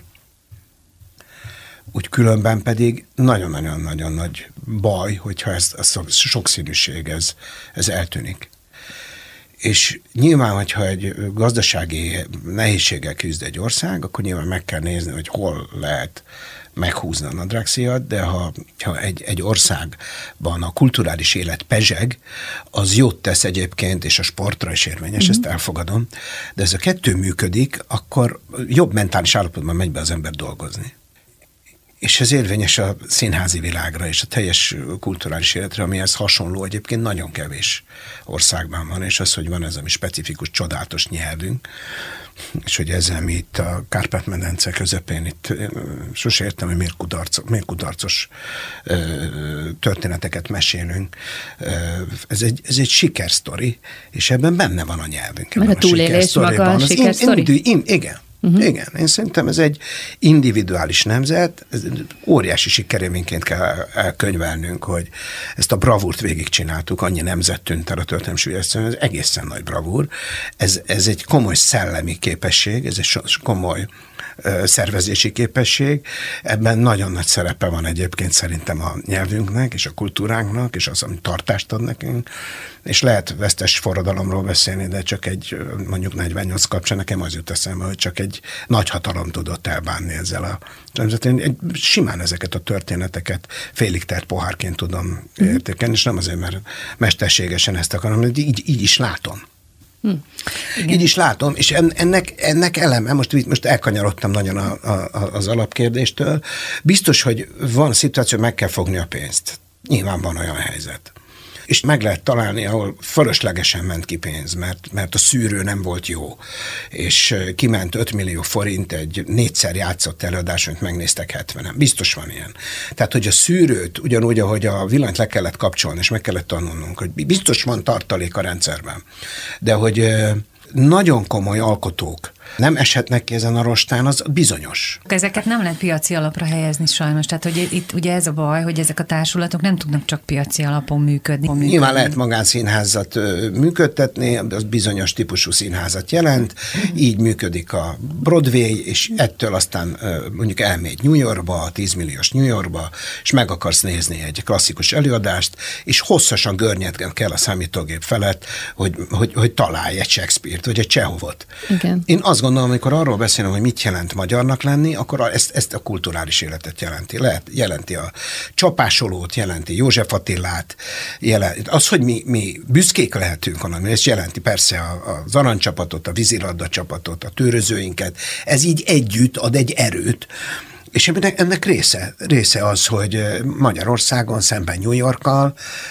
Úgy különben pedig nagyon-nagyon-nagyon nagy baj, hogyha ez a sokszínűség, ez, ez eltűnik. És nyilván, hogyha egy gazdasági nehézséggel küzd egy ország, akkor nyilván meg kell nézni, hogy hol lehet meghúzni a nadrágszíjat, de ha, ha egy, egy országban a kulturális élet pezseg, az jót tesz egyébként, és a sportra is érvényes, mm-hmm. ezt elfogadom, de ez a kettő működik, akkor jobb mentális állapotban megy be az ember dolgozni. És ez érvényes a színházi világra és a teljes kulturális életre, amihez hasonló egyébként nagyon kevés országban van, és az, hogy van ez a mi specifikus, csodálatos nyelvünk, és hogy ezzel mi itt a Kárpát-medence közepén itt sose értem, hogy miért, kudarc, miért kudarcos történeteket mesélünk. Ez egy, ez egy sikersztori, és ebben benne van a nyelvünk. Mert a túlélés maga a sikersztori? Igen. Uh-huh. Igen, én szerintem ez egy individuális nemzet, ez óriási sikerélményként kell elkönyvelnünk, hogy ezt a bravúrt végigcsináltuk, annyi nemzet tűnt el a történelmi súlyesztően, ez egészen nagy bravúr. Ez, ez egy komoly szellemi képesség, ez egy komoly szervezési képesség. Ebben nagyon nagy szerepe van egyébként szerintem a nyelvünknek és a kultúránknak, és az, ami tartást ad nekünk. És lehet vesztes forradalomról beszélni, de csak egy, mondjuk negyvennyolc kapcsán nekem az jut eszembe, hogy csak egy nagy hatalom tudott elbánni ezzel a én simán ezeket a történeteket félig telt pohárként tudom mm. értékelni, és nem azért, mert mesterségesen ezt akarom, de így, így is látom. Hm. Így is látom, és ennek, ennek eleme, most, most elkanyarodtam nagyon a, a, az alapkérdéstől, biztos, hogy van szituáció, meg kell fogni a pénzt. Nyilván van olyan helyzet. És meg lehet találni, ahol fölöslegesen ment ki pénz, mert, mert a szűrő nem volt jó, és kiment öt millió forint egy négyszer játszott előadás, amit megnéztek hetvenen. Biztos van ilyen. Tehát, hogy a szűrőt, ugyanúgy, ahogy a villanyt le kellett kapcsolni, és meg kellett tanulnunk, hogy biztos van tartalék a rendszerben, de hogy nagyon komoly alkotók nem eshetnek ki ezen a rostán, az bizonyos. Ezeket nem lehet piaci alapra helyezni sajnos. Tehát, hogy itt ugye ez a baj, hogy ezek a társulatok nem tudnak csak piaci alapon működni. működni. Nyilván lehet magánszínházat működtetni, az bizonyos típusú színházat jelent, így működik a Broadway, és ettől aztán mondjuk elmegy New Yorkba, tízmilliós New Yorkba, és meg akarsz nézni egy klasszikus előadást, és hosszasan görnyedgen kell a számítógép felett, hogy, hogy, hogy találj egy Shakespeare-t, vagy egy Csehovot. Igen. Én azt gondolom, amikor arról beszélem, hogy mit jelent magyarnak lenni, akkor ezt, ezt a kulturális életet jelenti. Lehet, jelenti a Csapásolót, jelenti József Attilát, jelenti, az, hogy mi, mi büszkék lehetünk, hanem ez jelenti persze az aranycsapatot, a vízilabda csapatot, a tőrözőinket. Ez így együtt ad egy erőt. És ennek, ennek része, része az, hogy Magyarországon szemben New Yorkkal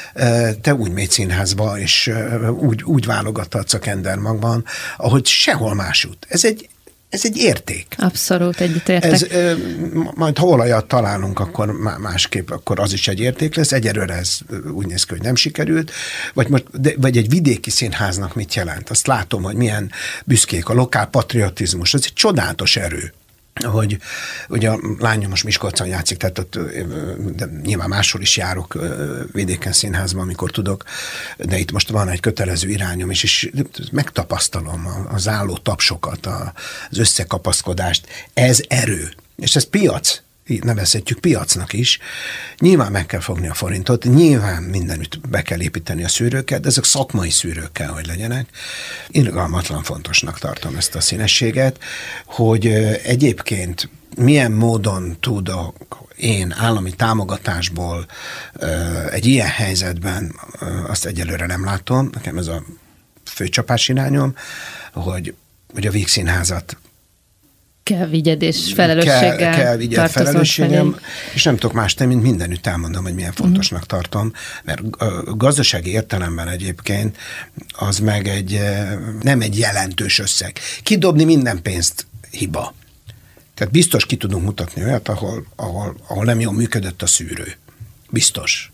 te úgy mégy színházba, és úgy, úgy válogathatsz a Kendermagban, ahogy sehol másút. Ez egy, ez egy érték. Abszolút egyetértek. Ez, majd ha olajat találunk, akkor másképp, akkor az is egy érték lesz. Egyelőre ez úgy néz ki, hogy nem sikerült. Vagy, most, de, vagy egy vidéki színháznak mit jelent? Azt látom, hogy milyen büszkék a lokál patriotizmus. Ez egy csodálatos erő. Hogy ugye a lányom most Miskolcon játszik, tehát ott de nyilván máshol is járok vidéken színházban, amikor tudok, de itt most van egy kötelező irányom, és, és megtapasztalom az álló tapsokat, az összekapaszkodást. Ez erő, és ez piac. Így nevezhetjük piacnak is. Nyilván meg kell fogni a forintot, nyilván mindenütt be kell építeni a szűrőket, de ezek szakmai szűrők kell, hogy legyenek. Irgalmatlan fontosnak tartom ezt a színességet, hogy egyébként milyen módon tudok én állami támogatásból egy ilyen helyzetben, azt egyelőre nem látom, nekem ez a főcsapás irányom, hogy, hogy a Víg Színházat kell vigyed, és felelősséggel kell, kell vigyed felelősségem, és nem tudok más tenni, mint mindenütt elmondom, hogy milyen fontosnak uh-huh. tartom, mert gazdasági értelemben egyébként az meg egy, nem egy jelentős összeg. Kidobni minden pénzt hiba. Tehát biztos ki tudunk mutatni olyat, ahol, ahol, ahol nem jól működött a szűrő. Biztos.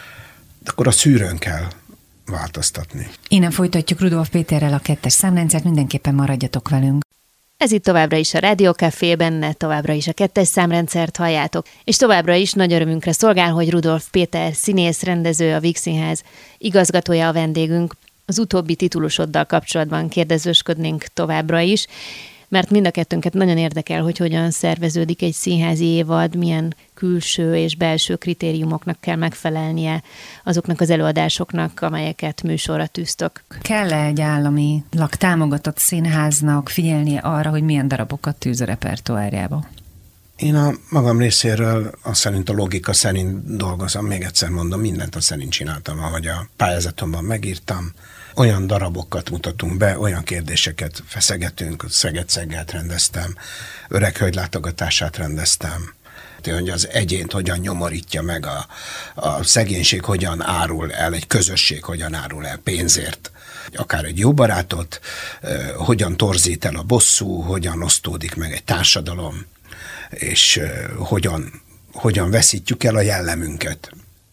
De akkor a szűrőn kell változtatni. Innen folytatjuk Rudolf Péterrel a kettes számrendszert, mindenképpen maradjatok velünk. Ez itt továbbra is a Rádió Café, benne továbbra is a kettes számrendszert halljátok, és továbbra is nagy örömünkre szolgál, hogy Rudolf Péter színész, rendező, a Víg Színház igazgatója a vendégünk. Az utóbbi titulusoddal kapcsolatban kérdezősködnénk továbbra is, mert mind a kettőnket nagyon érdekel, hogy hogyan szerveződik egy színházi évad, milyen külső és belső kritériumoknak kell megfelelnie azoknak az előadásoknak, amelyeket műsorra tűztök. Kell-e egy államilag támogatott színháznak figyelnie arra, hogy milyen darabokat tűz a repertoárjába? Én a magam részéről azt szerint, a logika szerint dolgozom, még egyszer mondom, mindent azt szerint csináltam, ahogy a pályázatomban megírtam. Olyan darabokat mutatunk be, olyan kérdéseket feszegetünk, Szeged-Szeggelt rendeztem, Öreg hölgy látogatását rendeztem, hogy az egyént hogyan nyomorítja meg a, a szegénység, hogyan árul el, egy közösség hogyan árul el pénzért, akár egy jó barátot, eh, hogyan torzít el a bosszú, hogyan osztódik meg egy társadalom, és eh, hogyan, hogyan veszítjük el a jellemünket,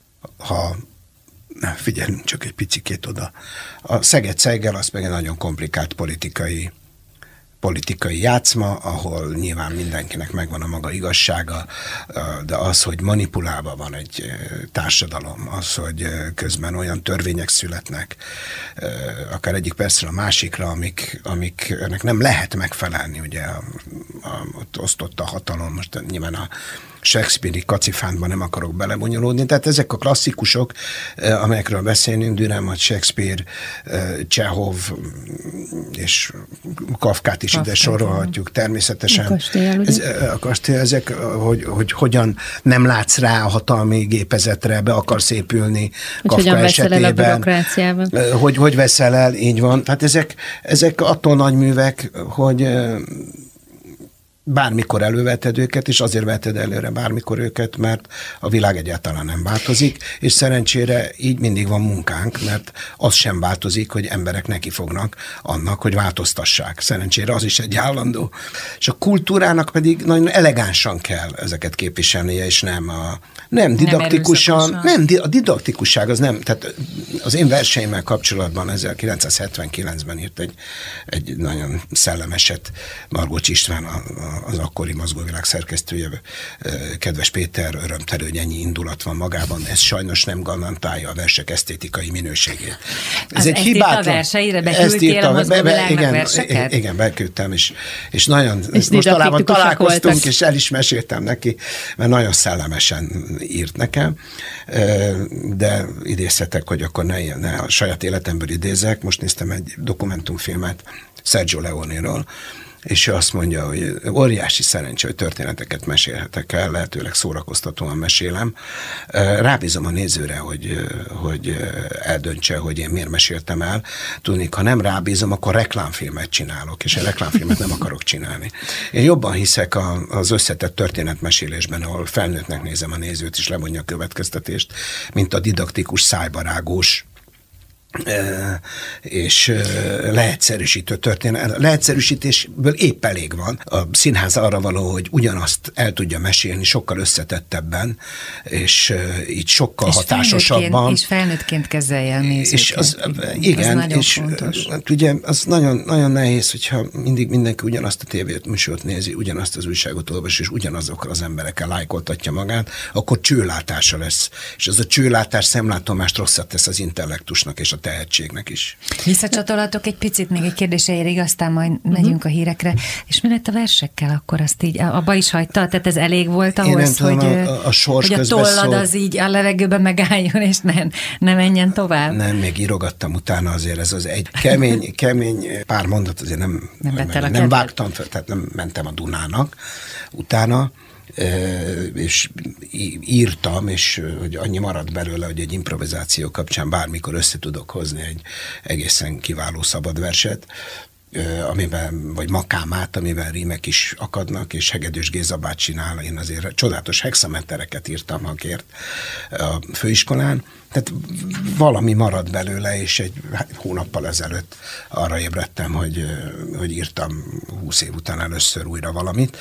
ha figyelünk csak egy picikét oda. A Szeged-Szeggel az meg egy nagyon komplikált politikai, politikai játszma, ahol nyilván mindenkinek megvan a maga igazsága, de az, hogy manipulálva van egy társadalom, az, hogy közben olyan törvények születnek, akár egyik percről a másikra, amik, amiknek nem lehet megfelelni ugye a, ott osztott a hatalom, most nyilván a Shakespeare-i kacifánban nem akarok belebonyolódni, tehát ezek a klasszikusok, amelyekről beszélünk, Dürenmatt, Shakespeare, Csehov és Kafkát is Kafkát, ide sorolhatjuk természetesen. A kastélyel, ugye? Ez, a kastély, ezek, hogy, hogy hogyan nem látsz rá a hatalmi gépezetre, be akarsz épülni Kafka hogyan esetében. veszel el a bürokráciában. Hogy, hogy veszel el, így van. Tehát ezek, ezek attól nagy művek, hogy bármikor előveted őket, és azért veted előre bármikor őket, mert a világ egyáltalán nem változik, és szerencsére így mindig van munkánk, mert az sem változik, hogy emberek neki fognak annak, hogy változtassák. Szerencsére az is egy állandó. És a kultúrának pedig nagyon elegánsan kell ezeket képviselnie, és nem a nem didaktikusan, nem, nem a didaktikusság az nem, tehát az én verseimmel kapcsolatban ezerkilencszázhetvenkilencben írt egy, egy nagyon szellemeset Margócs István, a, a, az akkori Mozgóvilág szerkesztője, kedves Péter, örömterő, ennyi indulat van magában, ez sajnos nem garantálja a versek esztétikai minőségét. Ez az egy hibátlan. Ezt a verseire beküldtél a Mozgóvilágnak igen, verseket? Igen, beküldtem, és, és nagyon és mostanában találkoztunk, voltak. És el is meséltem neki, mert nagyon szellemesen írt nekem, de idézhetek, hogy akkor ne, ne a saját életemből idézek. Most néztem egy dokumentumfilmet Sergio Leone-ról, és ő azt mondja, hogy óriási szerencsé, hogy történeteket mesélhetek el, lehetőleg szórakoztatóan mesélem. Rábízom a nézőre, hogy, hogy eldöntse, hogy én miért meséltem el. Tudnék, ha nem rábízom, akkor reklámfilmet csinálok, és a reklámfilmet nem akarok csinálni. Én jobban hiszek az összetett történetmesélésben, ahol felnőttnek nézem a nézőt, és levonja a következtetést, mint a didaktikus, szájbarágós, és leegyszerűsítő történet. Leegyszerűsítésből épp elég van. A színház arra való, hogy ugyanazt el tudja mesélni sokkal összetettebben, és így sokkal és hatásosabban. Felnőttként, és felnőttként kezelje a nézőket. És az, igen, az és hát ugye az nagyon, nagyon nehéz, hogyha mindig mindenki ugyanazt a tévét műsort nézi, ugyanazt az újságot olvas, és ugyanazokra az emberekkel lájkoltatja magát, akkor csőlátása lesz. És az a csőlátás, szemlátomást rosszat tesz az intellektusnak és a tehetségnek is. Visszacsatolhatok egy picit még egy kérdéseig, aztán majd megyünk uh-huh. a hírekre. És mi lett a versekkel akkor? Azt így abba is hagyta? Tehát ez elég volt ahhoz, tudom, hogy a, a, sors hogy a tollad szól. az így a levegőben megálljon, és ne, ne menjen tovább? Nem, még írogattam utána azért, ez az egy kemény, kemény pár mondat azért nem, nem, nem, nem vágtam fel, tehát nem mentem a Dunának utána, és írtam, és hogy annyi maradt belőle, hogy egy improvizáció kapcsán bármikor össze tudok hozni egy egészen kiváló szabad verset, amiben, vagy makámát, amiben rímek is akadnak, és Hegedűs Géza bácsinál, én azért csodálatos hexametereket írtam, ha kért a főiskolán. Tehát valami maradt belőle, és egy hónappal ezelőtt arra ébredtem, hogy, hogy írtam húsz év után először újra valamit.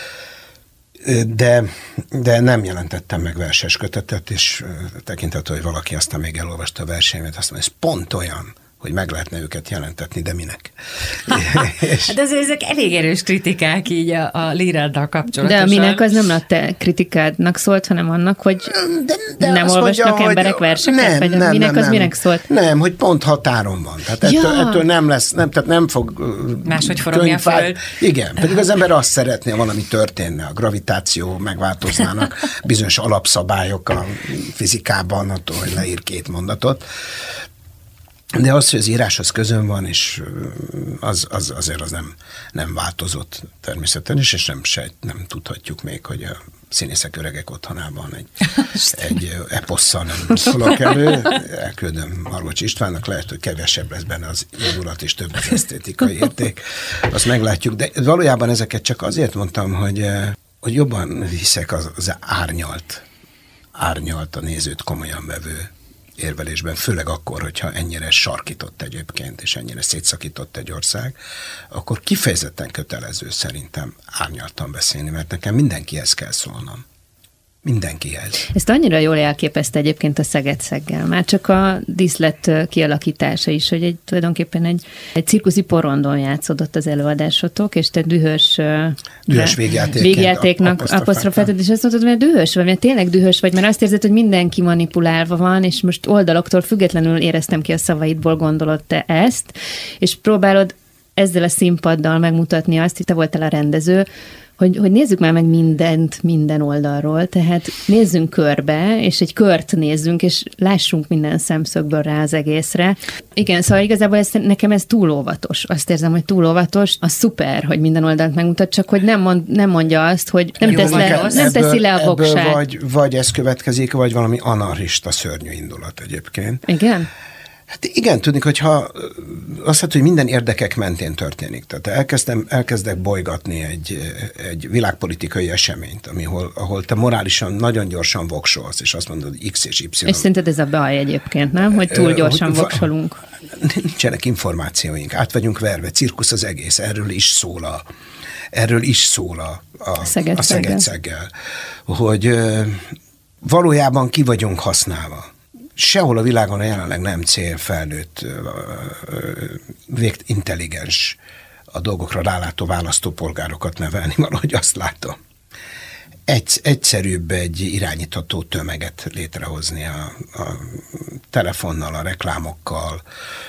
De, de nem jelentettem meg verses kötetet, és tekintető, hogy valaki aztán még elolvasta a verseimet, azt mondja, ez pont olyan, hogy meg lehetne őket jelentetni, de minek? Hát azért ezek elég erős kritikák így a, a líráddal kapcsolatosan. De a minek az nem a te kritikádnak szólt, hanem annak, hogy de, de nem olvasnak mondja, emberek verseket? Nem, vagy nem, minek nem, az minek szólt? Nem, hogy pont határon van. Tehát ja. ettől, ettől nem lesz, nem, tehát nem fog... Máshogy forogni a föld. Igen, pedig az ember azt szeretné, valami történne, a gravitáció megváltoznának, bizonyos alapszabályok a fizikában, attól, hogy leír két mondatot. De az, hogy az íráshoz közön van, és az, az azért az nem, nem változott természetesen, és nem, se, nem tudhatjuk még, hogy a színészek öregek otthonában egy, egy eposszal nem szólok elő. Elküldöm Margócs Istvánnak, lehet, hogy kevesebb lesz benne az indulat, és több az esztétikai érték. Azt meglátjuk, de valójában ezeket csak azért mondtam, hogy, hogy jobban hiszek az, az árnyalt, árnyalt a nézőt komolyan vevő érvelésben, főleg akkor, hogyha ennyire sarkított egyébként, és ennyire szétszakított egy ország, akkor kifejezetten kötelező szerintem árnyaltan beszélni, mert nekem mindenkihez kell szólnom. Mindenkihez. Ezt annyira jól elképezte egyébként a Szeged-szeggel. Már csak a díszlet kialakítása is, hogy egy, tulajdonképpen egy, egy cirkuszi porondon játszódott az előadásotok, és te dühös, dühös végjáték végjátéknak apostrofáltad, és azt mondtad, hogy dühös vagy, mert tényleg dühös vagy, mert azt érzed, hogy mindenki manipulálva van, és most oldaloktól függetlenül éreztem ki a szavaidból, gondolod te ezt, és próbálod ezzel a színpaddal megmutatni azt, hogy te voltál a rendező, hogy, hogy nézzük már meg mindent minden oldalról, tehát nézzünk körbe, és egy kört nézzünk, és lássunk minden szemszögből rá az egészre. Igen, szóval igazából ez, nekem ez túl óvatos. Azt érzem, hogy túl óvatos. Az szuper, hogy minden oldalt megmutat, csak hogy nem, mond, nem mondja azt, hogy nem, tesz le, nem ebből, teszi le a voksát. Vagy, vagy ez következik, vagy valami anarchista szörnyű indulat egyébként. Igen? Hát igen, tudni, hogyha azt hát, hogy minden érdekek mentén történik. Tehát elkezdem, elkezdek bolygatni egy, egy világpolitikai eseményt, amihol, ahol te morálisan nagyon gyorsan voksolsz, és azt mondod, X és Y. És szerinted ez a baj egyébként, nem? Hogy túl gyorsan hogy, voksolunk. Nincsenek információink, át vagyunk verve, cirkusz az egész, erről is szól a, erről is szól a, a Szeged-Szeggel, hogy valójában ki vagyunk használva. Sehol a világon jelenleg nem cél felnőtt, végt intelligens, a dolgokra rálátó választópolgárokat nevelni, valahogy azt látom. Egy, egyszerűbb egy irányítható tömeget létrehozni a, a telefonnal, a reklámokkal,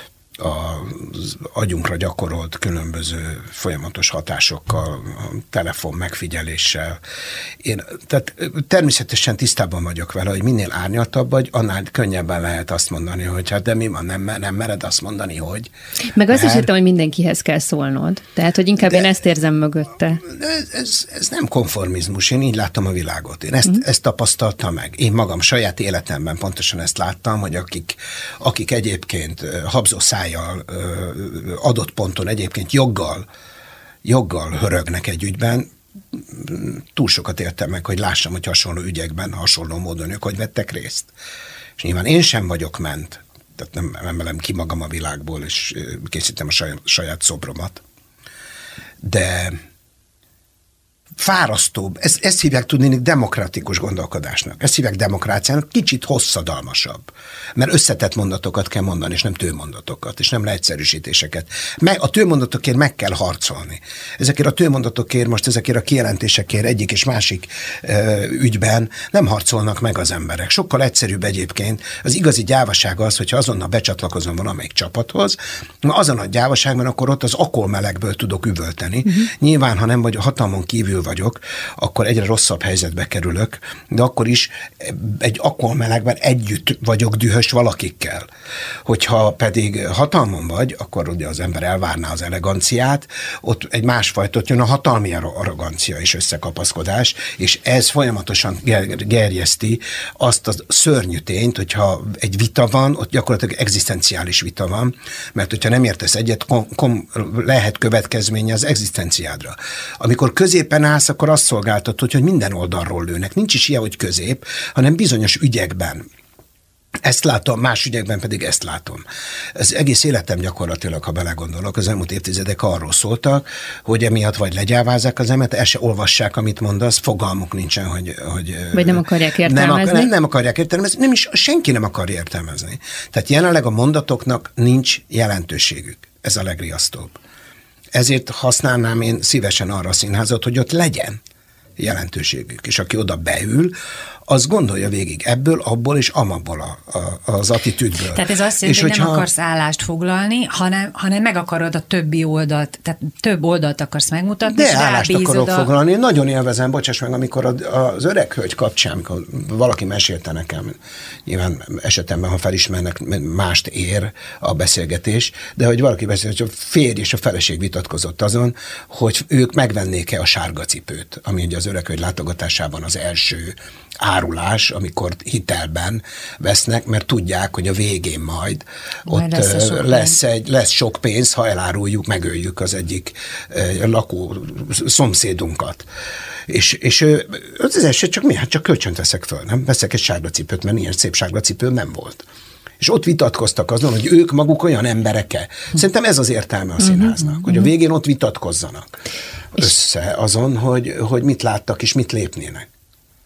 az agyunkra gyakorolt különböző folyamatos hatásokkal, a telefon megfigyeléssel. Én tehát természetesen tisztában vagyok vele, hogy minél árnyaltabb vagy, annál könnyebben lehet azt mondani, hogy hát de mi van, nem, nem mered azt mondani, hogy... Meg azt mert... is értem, hogy mindenkihez kell szólnod. Tehát, hogy inkább de, én ezt érzem mögötte. Ez, ez, ez nem konformizmus, én így láttam a világot. Én ezt, mm. ezt tapasztaltam meg. Én magam saját életemben pontosan ezt láttam, hogy akik, akik egyébként habzó szájjal adott ponton egyébként joggal, joggal hörögnek egy ügyben, túl sokat értem meg, hogy lássam, hogy hasonló ügyekben, hasonló módon ők hogy vettek részt. És nyilván én sem vagyok ment, tehát nem emelem ki magam a világból, és készítem a saját, saját szobromat. De fárasztóbb, ezt, ezt hívják tudni demokratikus gondolkodásnak, ezt hívják demokráciának, kicsit hosszadalmasabb, mert összetett mondatokat kell mondani, és nem tőmondatokat, és nem leegyszerűsítéseket. Meg, a tőmondatokért meg kell harcolni. Ezekért a tőmondatokért, most ezekért a kijelentésekért egyik és másik ö, ügyben nem harcolnak meg az emberek. Sokkal egyszerűbb egyébként. Az igazi gyávaság az, hogyha azonnal becsatlakozom valamelyik csapathoz, azon a gyávaságban akkor ott az akolmelegből tudok üvölteni. Uh-huh. Nyilván, ha nem vagy hatalmon kívül vagyok, akkor egyre rosszabb helyzetbe kerülök, de akkor is egy akolmelegben együtt vagyok dühös valakikkel. Hogyha pedig hatalmon vagy, akkor ugye az ember elvárná az eleganciát, ott egy másfajta, ott jön a hatalmi arrogancia és összekapaszkodás, és ez folyamatosan gerjeszti azt a szörnyű tényt, hogyha egy vita van, ott gyakorlatilag egzisztenciális vita van, mert hogyha nem értesz egyet, kom, kom, lehet következménye az egzisztenciádra. Amikor középen állsz, akkor azt szolgáltatod, hogy minden oldalról lőnek. Nincs is ilyen, hogy közép, hanem bizonyos ügyekben. Ezt látom, más ügyekben pedig ezt látom. Ez egész életem gyakorlatilag, ha belegondolok, az elmúlt évtizedek arról szóltak, hogy emiatt vagy legyávázzák az embert, el se olvassák, amit mondasz, fogalmuk nincsen, hogy... hogy vagy nem akarják értelmezni. Nem, nem, nem akarják értelmezni, nem is, senki nem akarja értelmezni. Tehát jelenleg a mondatoknak nincs jelentőségük. Ez a legriasztóbb. Ezért használnám én szívesen arra a színházat, hogy ott legyen jelentőségük. És aki oda beül, az gondolja végig ebből, abból és amabból a, a, az attitűdből. Tehát ez azt jelenti, hogy hogyha... nem akarsz állást foglalni, hanem, hanem meg akarod a többi oldalt, tehát több oldalt akarsz megmutatni, de és állást akarok a... foglalni. Én nagyon élvezem, bocsáss meg, amikor az öreg hölgy kapcsán, amikor valaki mesélte nekem, nyilván esetemben, ha felismernek, mást ér a beszélgetés, de hogy valaki beszélt, hogy a férj és a feleség vitatkozott azon, hogy ők megvennék-e a sárga cipőt, ami ugye az öreg hölgy látogatásában az első árulás, amikor hitelben vesznek, mert tudják, hogy a végén majd, majd ott lesz, lesz, egy, lesz sok pénz, ha eláruljuk, megöljük az egyik lakó szomszédunkat. És, és az eset csak mi? Hát csak kölcsönt veszek föl, nem? Veszek egy sárga cipőt, mert ilyen szép sárga cipő nem volt. És ott vitatkoztak azon, hogy ők maguk olyan emberek-e. Szerintem ez az értelme a színháznak, hogy a végén ott vitatkozzanak össze azon, hogy, hogy mit láttak és mit lépnének.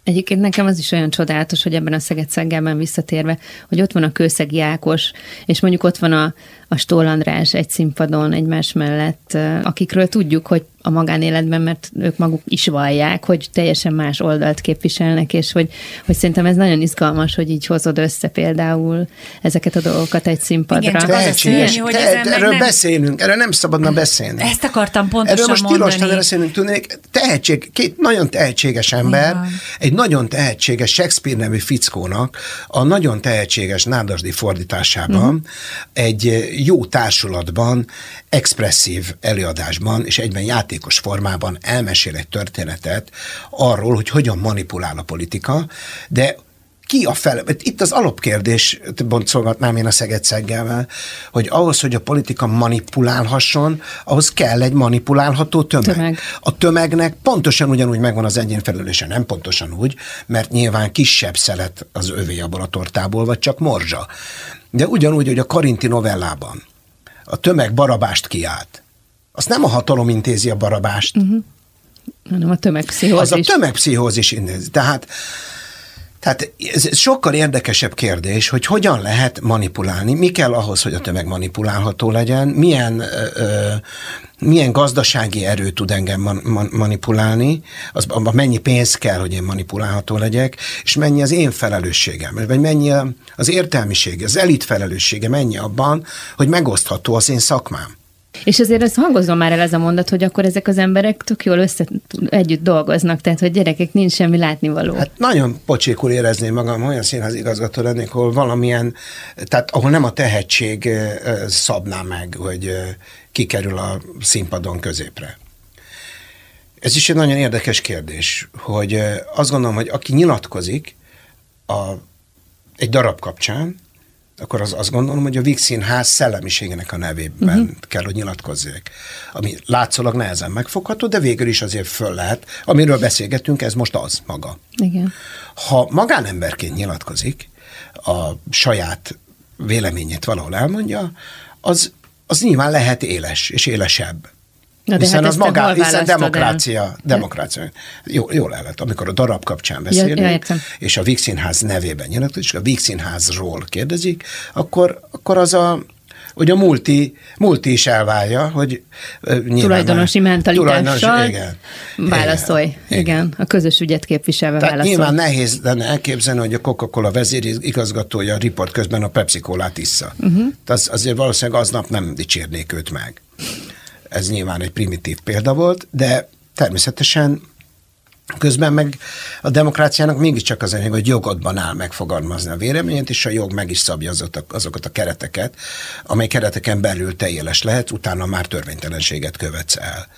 Egyébként nekem az is olyan csodálatos, hogy ebben a Szeged-Szengelben visszatérve, hogy ott van a Kőszegi Ákos, és mondjuk ott van a, a Stoll András egy színpadon egymás mellett, akikről tudjuk, hogy a magánéletben, mert ők maguk is vallják, hogy teljesen más oldalt képviselnek, és hogy, hogy szerintem ez nagyon izgalmas, hogy így hozod össze például ezeket a dolgokat egy színpadra. Igen, csak az a szörnyű, hogy te, ezen erről nem... beszélünk, erről nem szabadna beszélni. Ezt akartam pontosan erről most mondani. tilos beszélünk, tudnék, tehetség, két nagyon tehetséges ember, ja. Egy nagyon tehetséges Shakespeare nevű fickónak a nagyon tehetséges Nádasdy fordításában, uh-huh. egy jó társulatban, expresszív előadásban, és egyben játékos formában elmesél egy történetet arról, hogy hogyan manipulál a politika, de ki a fel... Itt az alapkérdés, boncolgatnám én a Szeged-Szengelvel, hogy ahhoz, hogy a politika manipulálhasson, ahhoz kell egy manipulálható tömeg. tömeg. A tömegnek pontosan ugyanúgy megvan az egyén felelőse, nem pontosan úgy, mert nyilván kisebb szelet az övé abból a tortából, vagy csak morzsa. De ugyanúgy, hogy a Karinti novellában a tömeg Barabást kiált. Azt nem a hatalom intézi a Barabást, uh-huh. hanem a tömegpszichózis. Az a tömegpszichózis intézi. Tehát Tehát ez sokkal érdekesebb kérdés, hogy hogyan lehet manipulálni, mi kell ahhoz, hogy a tömeg manipulálható legyen, milyen, ö, milyen gazdasági erő tud engem man, man, manipulálni, az, abban mennyi pénz kell, hogy én manipulálható legyek, és mennyi az én felelősségem, vagy mennyi az értelmiség, az elit felelőssége, mennyi abban, hogy megosztható az én szakmám. És azért ezt hangozzon már el ez a mondat, hogy akkor ezek az emberek tök jól össze együtt dolgoznak, tehát hogy gyerekek, nincs semmi látnivaló. Hát nagyon pocsékul érezném magam, olyan színház igazgató lennék, ahol valamilyen, tehát ahol nem a tehetség szabná meg, hogy kikerül a színpadon középre. Ez is egy nagyon érdekes kérdés, hogy azt gondolom, hogy aki nyilatkozik a, egy darab kapcsán, akkor az, azt gondolom, hogy a Víg Színház szellemiségének a nevében uh-huh. kell, hogy nyilatkozzék. Ami látszólag nehezen megfogható, de végül is azért föl lehet. Amiről beszélgetünk, ez most az maga. Igen. Ha magánemberként nyilatkozik, a saját véleményét valahol elmondja, az, az nyilván lehet éles és élesebb. Na, hiszen hát az maga, hiszen demokrácia, el? demokrácia. Jó, jól el lett, amikor a darab kapcsán beszélünk, ja, ja, és a Víg Színház nevében nyilatkozik, és a Víg Színházról kérdezik, akkor, akkor az a, hogy a multi, multi is elválja, hogy tulajdonosi mentalitással igen, válaszolj. Igen, igen. igen, a közös ügyet képviselve Tehát válaszolj. Nyilván nehéz lenne elképzelni, hogy a Coca-Cola vezérigazgatója a riport közben a Pepsi-Colát issza. Uh-huh. Az, azért valószínűleg aznap nem dicsérnék őt meg. Ez nyilván egy primitív példa volt, de természetesen közben meg a demokráciának mégiscsak az enyém, hogy jogodban áll megfogalmazni a véleményét, és a jog meg is szabja azokat a kereteket, amely kereteken belül te éles lehet, utána már törvénytelenséget követsz el.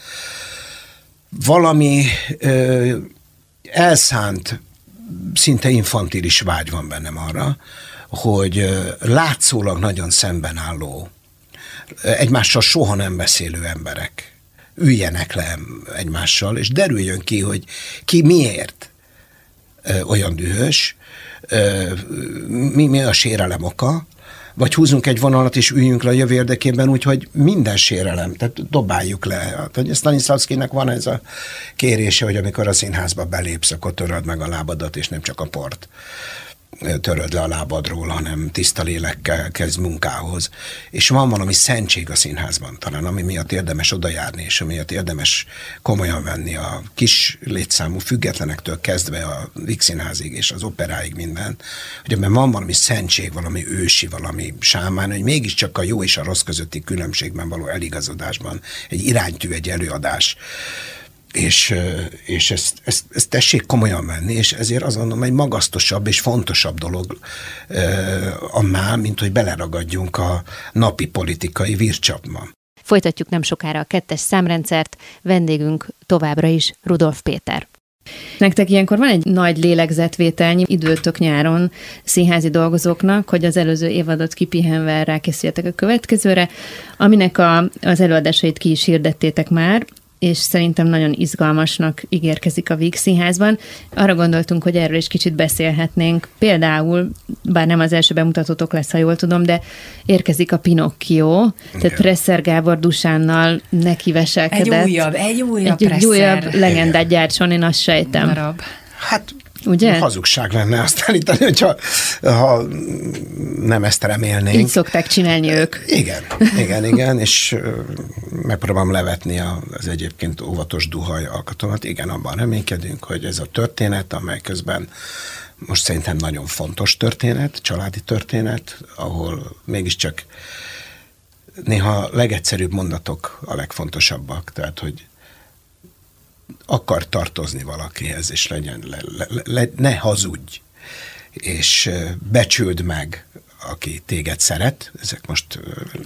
Valami ö, elszánt, szinte infantilis vágy van bennem arra, hogy ö, látszólag nagyon szemben álló, egymással soha nem beszélő emberek üljenek le egymással, és derüljön ki, hogy ki miért ö, olyan dühös, ö, mi, mi a sérelem oka, vagy húzunk egy vonalat, és üljünk le a jövő érdekében, úgyhogy minden sérelem, tehát dobáljuk le. Stanislavskinek van ez a kérése, hogy amikor a színházba belépsz, akkor töröd meg a lábadat, és nem csak a port töröd le a lábadról, hanem tiszta lélekkel kezd munkához. És van valami szentség a színházban talán, ami miatt érdemes odajárni, és ami miatt érdemes komolyan venni a kis létszámú függetlenektől kezdve a Víg Színházig és az operáig minden, hogy ebben van valami szentség, valami ősi, valami sámán, hogy mégiscsak a jó és a rossz közötti különbségben való eligazodásban egy iránytű, egy előadás, és, és ezt, ezt, ezt tessék komolyan venni, és ezért azt gondolom, egy magasztosabb és fontosabb dolog uh, annál, mint hogy beleragadjunk a napi politikai vircsapba. Folytatjuk nem sokára a kettes számrendszert, vendégünk továbbra is Rudolf Péter. Nektek ilyenkor van egy nagy lélegzetvételnyi időtök nyáron színházi dolgozóknak, hogy az előző évadot kipihenve rákészüljetek a következőre, aminek a, az előadásait ki is hirdettétek már, és szerintem nagyon izgalmasnak ígérkezik a Víg Színházban. Arra gondoltunk, hogy erről is kicsit beszélhetnénk. Például, bár nem az első bemutatótok lesz, ha jól tudom, de érkezik a Pinocchio, tehát Presser Gábor Dusánnal neki veselkedett. Egy újabb, egy újabb Egy, egy újabb legendát gyártson, én azt sejtem. Darab. Hát Ugye? Hazugság lenne azt állítani, hogyha ha nem ezt remélnénk. Így szokták csinálni ők. Igen, igen, igen, és megpróbálom levetni az egyébként óvatos duhaj alkatomat. Igen, abban reménykedünk, hogy ez a történet, amely közben most szerintem nagyon fontos történet, családi történet, ahol mégiscsak néha a legegyszerűbb mondatok a legfontosabbak, tehát, hogy akar tartozni valakihez, és legyen, le, le, le, ne hazudj, és becsüld meg, aki téged szeret. Ezek most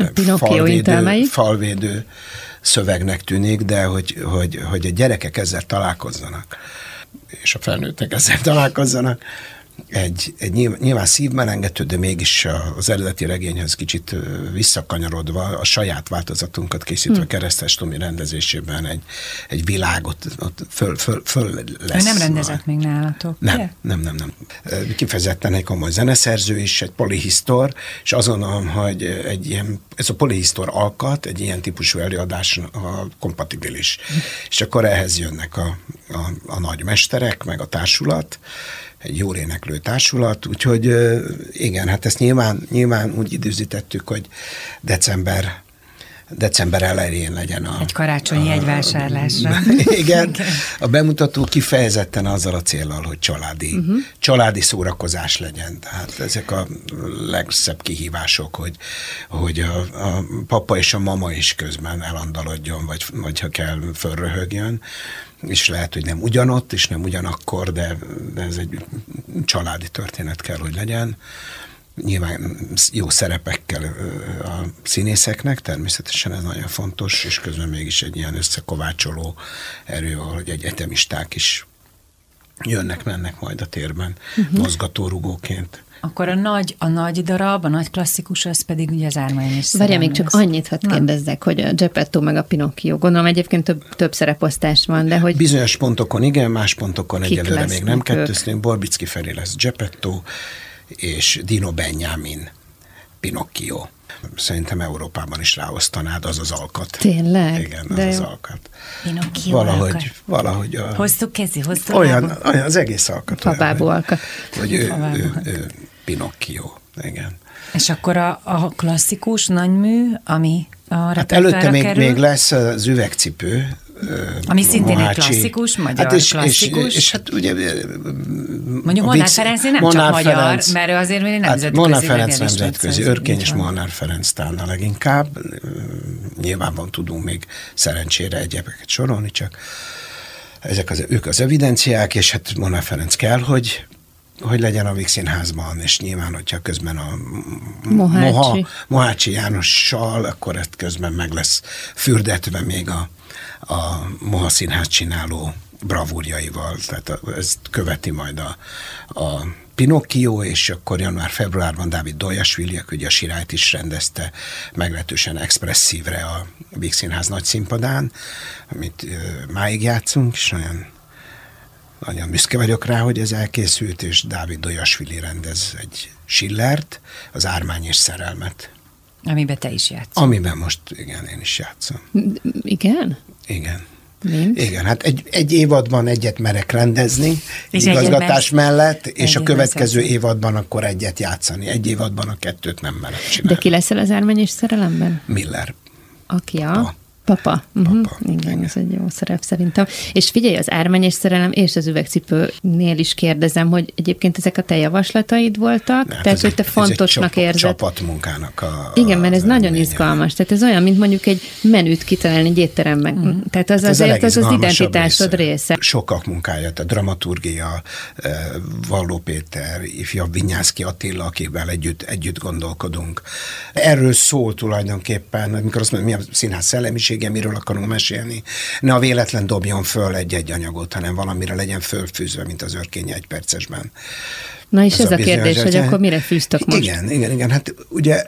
falvédő, falvédő szövegnek tűnik, de hogy, hogy, hogy a gyerekek ezzel találkozzanak, és a felnőttek ezzel találkozzanak, egy, egy nyilván, nyilván szívmelengető, de mégis az eredeti regényhez kicsit visszakanyarodva, a saját változatunkat készítve hmm. Keresztes Tomi rendezésében egy, egy világot ott föl, föl, föl lesz. Ő nem rendezett még nálatok, nem, ugye? nem, nem, nem. Kifejezetten egy komoly zeneszerző is, egy polihisztor, és azon, hogy egy ilyen, ez a polihisztor alkat, egy ilyen típusú előadás kompatibilis. Hmm. És akkor ehhez jönnek a, a, a nagymesterek, meg a társulat, egy jól éneklő társulat, úgyhogy igen, hát ezt nyilván, nyilván úgy időzítettük, hogy december, december elején legyen a... Egy karácsonyi a, egyvásárlásra. Igen, a bemutató kifejezetten azzal a céllal, hogy családi, uh-huh. családi szórakozás legyen. Tehát ezek a legszebb kihívások, hogy, hogy a, a papa és a mama is közben elandalodjon, vagy, vagy ha kell, fölröhögjön, és lehet, hogy nem ugyanott, és nem ugyanakkor, de, de ez egy családi történet kell, hogy legyen. Nyilván jó szerepekkel a színészeknek, természetesen ez nagyon fontos, és közben mégis egy ilyen összekovácsoló erő, ahogy egy egyetemisták is jönnek-mennek majd a térben, uh-huh. mozgatórugóként. Akkor a nagy, a nagy darab, a nagy klasszikus, az pedig ugye az Ármányos szerelem. Várja, még csak annyit hadd kérdezzek, hogy a Geppetto meg a Pinocchio, gondolom egyébként több, több szereposztás van, de hogy... Bizonyos pontokon igen, más pontokon egyelőre még nem kettőztünk. Borbicki Feri lesz Geppetto, és Dino Benjamin Pinocchio. Szerintem Európában is ráosztanád, az az alkat. Tényleg? Igen, az de az alkat. Pinocchio valahogy, alkat. Valahogy a... Hoztuk kezi, hoztuk olyan, olyan, az egész alkat. Fabábú alkat. Vagy ő, ő, ő, Pinocchio, igen. És akkor a, a klasszikus nagymű, ami a hát előtte még, kerül, még lesz az Üvegcipő, ami szintén egy klasszikus, magyar hát és, klasszikus. És, és hát ugye... Mondjuk Molnár Ferenc nem Molnár csak magyar, Ferenc, mert ő azért még nemzetközi. Hát Molnár Ferenc nemzetközi, Örkény és Molnár Ferenc talán a leginkább. Nyilván van, tudunk még szerencsére egyébként sorolni, csak ezek az, ők az evidenciák, és hát Molnár Ferenc kell, hogy hogy legyen a Víg Színházban, és nyilván, hogyha közben a Mohácsi, Moha, Mohácsi Jánossal, akkor ezt közben meg lesz fürdetve még a, a Moha Színház csináló bravúrjaival, tehát ezt követi majd a, a Pinocchio, és akkor január-februárban Dávid Dolyasvili, aki ugye a Sirályt is rendezte meglehetősen expresszívre a Víg Színház nagy színpadán, amit máig játszunk, és nagyon Nagyon büszke vagyok rá, hogy ez elkészült, és Dávid Dolyasvili rendez egy Schillert, az Ármány és szerelmet. Amiben te is játszol. Amiben most, igen, én is játszom. Igen? Igen. Mint? Igen, hát egy, egy évadban egyet merek rendezni, és igazgatás mer- mellett, és a következő játszani. évadban akkor egyet játszani. Egy évadban a kettőt nem merek csinálni. De ki leszel az Ármány és szerelemben? Miller. Aki a... Papa. Papa. Uh-huh. Papa. Igen, Igen, ez egy jó szerep szerintem. És figyelj, az Ármány és szerelem és az Üvegcipőnél is kérdezem, hogy egyébként ezek a te javaslataid voltak, hát tehát hogy te fontosnak ez egy érzed. csapatmunkának a... Igen, mert ez nagyon eredménye. Izgalmas. Tehát ez olyan, mint mondjuk egy menüt kitalálni egy étteremben. Mm. Tehát az hát azért az az identitásod része. része. Sokak munkája, a dramaturgia, Valló Péter, ifjabb Vinyánszky Attila, akikvel együtt, együtt gondolkodunk. Erről szól tulajdonképpen, amikor azt mondom, mi a színház szellemisége, miről akarunk mesélni, ne a véletlen dobjon föl egy-egy anyagot, hanem valamire legyen fölfűzve, mint az Örkény egy percesben. Na és ez ez a, a kérdés, hogy akkor mire fűztök most? Igen, igen, igen. Hát ugye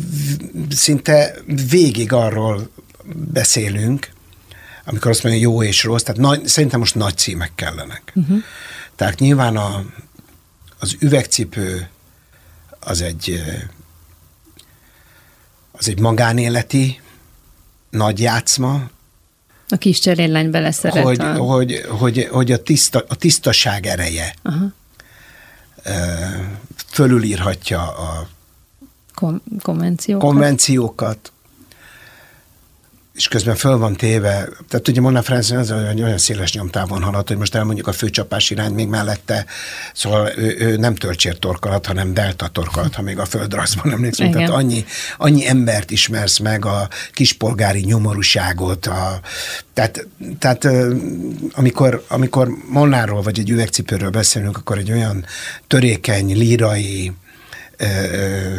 szinte végig arról beszélünk, amikor azt mondja jó és rossz, tehát nagy, szerintem most nagy címek kellenek. Uh-huh. Tehát nyilván a, az Üvegcipő az egy az egy magánéleti nagy játszma. A kis cseréllány beleszeret. Hogy, a... hogy, hogy, hogy a, tiszta, a tisztaság ereje. Aha. fölülírhatja a Kom- konvenciókat. konvenciókat, és közben föl van téve, tehát ugye Mona Franzen az olyan széles nyomtávon halad, hogy most elmondjuk a főcsapás irány még mellette, szóval ő, ő nem töltsér torkolat, hanem delta torkolat, ha még a földrajzban emlékszünk. Tehát annyi, annyi embert ismersz meg, a kispolgári nyomorúságot, a, tehát, tehát amikor, amikor Monáról vagy egy üvegcipőről beszélünk, akkor egy olyan törékeny, lírai ö, ö,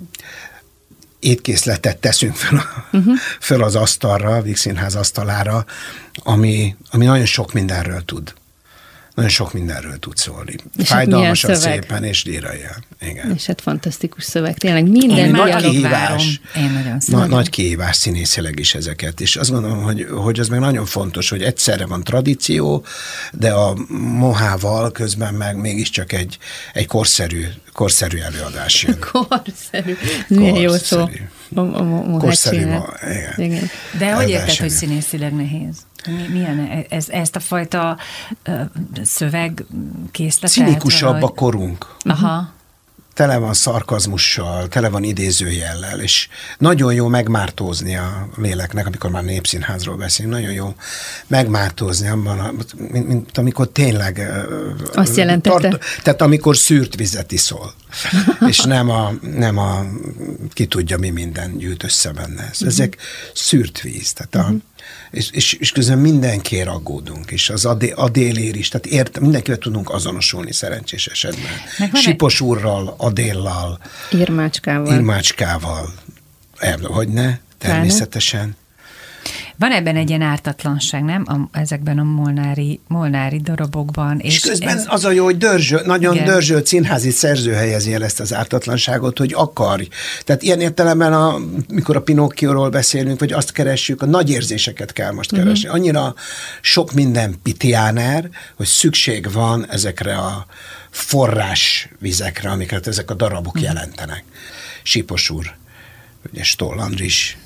étkészletet teszünk fel, uh-huh. fel az asztalra, a Víg Színház asztalára, ami, ami nagyon sok mindenről tud. Nagyon sok mindenről tud szólni. Fájdalmasan, szépen és líraian. Igen. És hát fantasztikus szöveg. Tényleg minden nagy kihívás. Én nagyon Na, nagy kihívás színészileg is ezeket. És azt gondolom, hogy, hogy az meg nagyon fontos, hogy egyszerre van tradíció, de a mohával közben meg mégiscsak egy, egy korszerű, korszerű előadás jön. Korszerű. Ez milyen jó szó. A, a, a korszerű ma, igen. igen. De hogy érted, hogy színészileg nehéz? Mi, milyen ez, ezt a fajta uh, szövegkészletet? Cinikusabb a korunk. Aha. Tele van szarkazmussal, tele van idézőjellel, és nagyon jó megmártózni a léleknek, amikor már népszínházról beszélünk, nagyon jó megmártózni abban, mint, mint amikor tényleg... Azt jelentette. Tart, tehát amikor szűrt vizet iszol, és nem a, nem a ki tudja mi minden gyűjt össze benne. Ezek szűrt víz, tehát a, uh-huh. És, és, és közben mindenkiért aggódunk, és az Adé, Adélér is, tehát ért, mindenkivel tudunk azonosulni szerencsés esetben. Sipos úrral, Adéllal, Irmácskával. Irmácskával, hogy ne, természetesen. Van ebben egy ilyen ártatlanság, nem? A, ezekben a molnári, molnári darabokban. És, és közben ez... az a jó, hogy dörzsöl, nagyon igen. dörzsölt színházi szerző helyezi el ezt az ártatlanságot, hogy akarj. Tehát ilyen értelemben, a, mikor a Pinocchióról beszélünk, vagy azt keressük, a nagy érzéseket kell most uh-huh. keresni. Annyira sok minden pitiáner, hogy szükség van ezekre a forrásvizekre, amiket ezek a darabok uh-huh. jelentenek. Sipos úr, ugye Stoll Andris,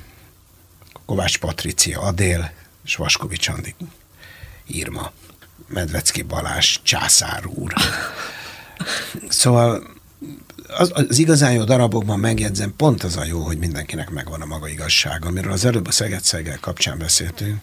Kovács Patricia, Adél, és Vaskovics Andi, Irma, Medvecki Balázs, Császár úr. Szóval az, az igazán jó darabokban megjegyzem, pont az a jó, hogy mindenkinek megvan a maga igazsága, amiről az előbb a Szeged-Szeged kapcsán beszéltünk,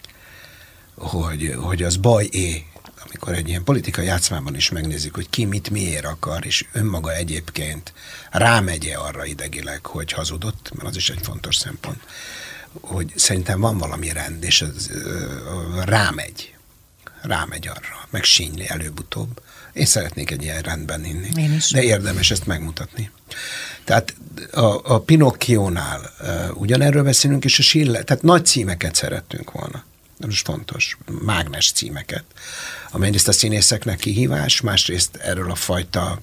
hogy, hogy az baj-é, amikor egy ilyen politikai játszmában is megnézik, hogy ki mit miért akar, és önmaga egyébként rámegye arra idegileg, hogy hazudott, mert az is egy fontos szempont, hogy szerintem van valami rend, és az uh, rámegy. Rámegy arra, meg sínyli előbb-utóbb. Én szeretnék egy ilyen rendben inni. De érdemes ezt megmutatni. Tehát a, a Pinocchiónál uh, ugyanerről beszélünk, és a Schiller, tehát nagy címeket szerettünk volna. De most fontos, mágnes címeket, amely egyrészt a színészeknek kihívás, másrészt erről a fajta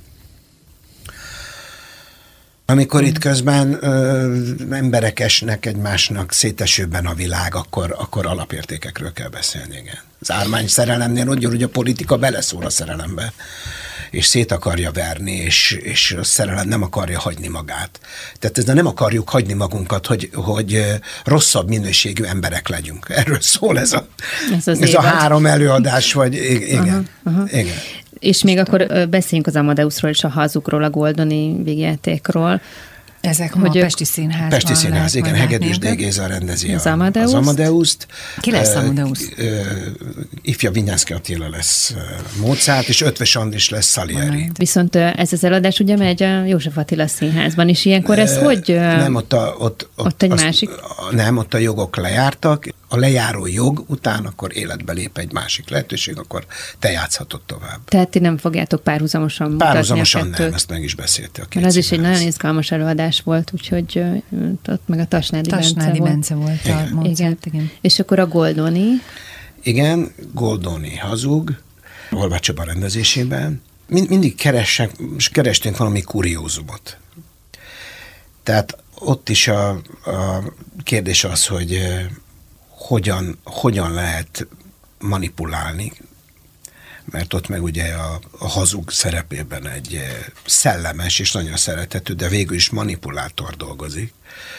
amikor itt közben ö, emberek esnek egymásnak szétesőben a világ, akkor, akkor alapértékekről kell beszélni, igen. Az ármány szerelemnél úgy, hogy a politika beleszól a szerelembe, és szét akarja verni, és, és a szerelem nem akarja hagyni magát. Tehát ezzel nem akarjuk hagyni magunkat, hogy, hogy rosszabb minőségű emberek legyünk. Erről szól ez a, ez ez a három előadás, vagy igen. Aha, aha. igen. És még akkor beszéljünk az Amadeusról és a Hazugról, a Goldoni vígjátékról. Ezek hogy a Pesti Színházban. Pesti Színház, igen, Hegedűs D. Géza rendezi az, Amadeuszt. az Amadeuszt. Ki lesz Amadeus? Uh, uh, ifja Vinyánszky Attila lesz Mozart, és Ötvös Andris lesz Salieri. Viszont ez az eladás ugye megy a József Attila Színházban, és ilyenkor ez uh, hogy? Nem, ott, a, ott, ott, ott egy azt, másik? Nem, ott a jogok lejártak. A lejáró jog után akkor életbe lép egy másik lehetőség, akkor te játszhatod tovább. Tehát ti nem fogjátok párhuzamosan mutatni Párhuzamosan nem, ezt meg is beszélte a két Mert az is egy nagyon izgalmas előadás volt, úgyhogy ott meg a Tasnádi, Tasnádi Bence volt. Bence volt igen. A Mozart, igen. igen. És akkor a Goldoni? Igen, Goldoni Hazug, Horváth Csaba rendezésében. Mind, mindig keresek, kerestünk valami kuriózumot. Tehát ott is a, a kérdés az, hogy hogyan, hogyan lehet manipulálni, mert ott meg ugye a, a hazug szerepében egy szellemes és nagyon szerethető, de végül is manipulátor dolgozik.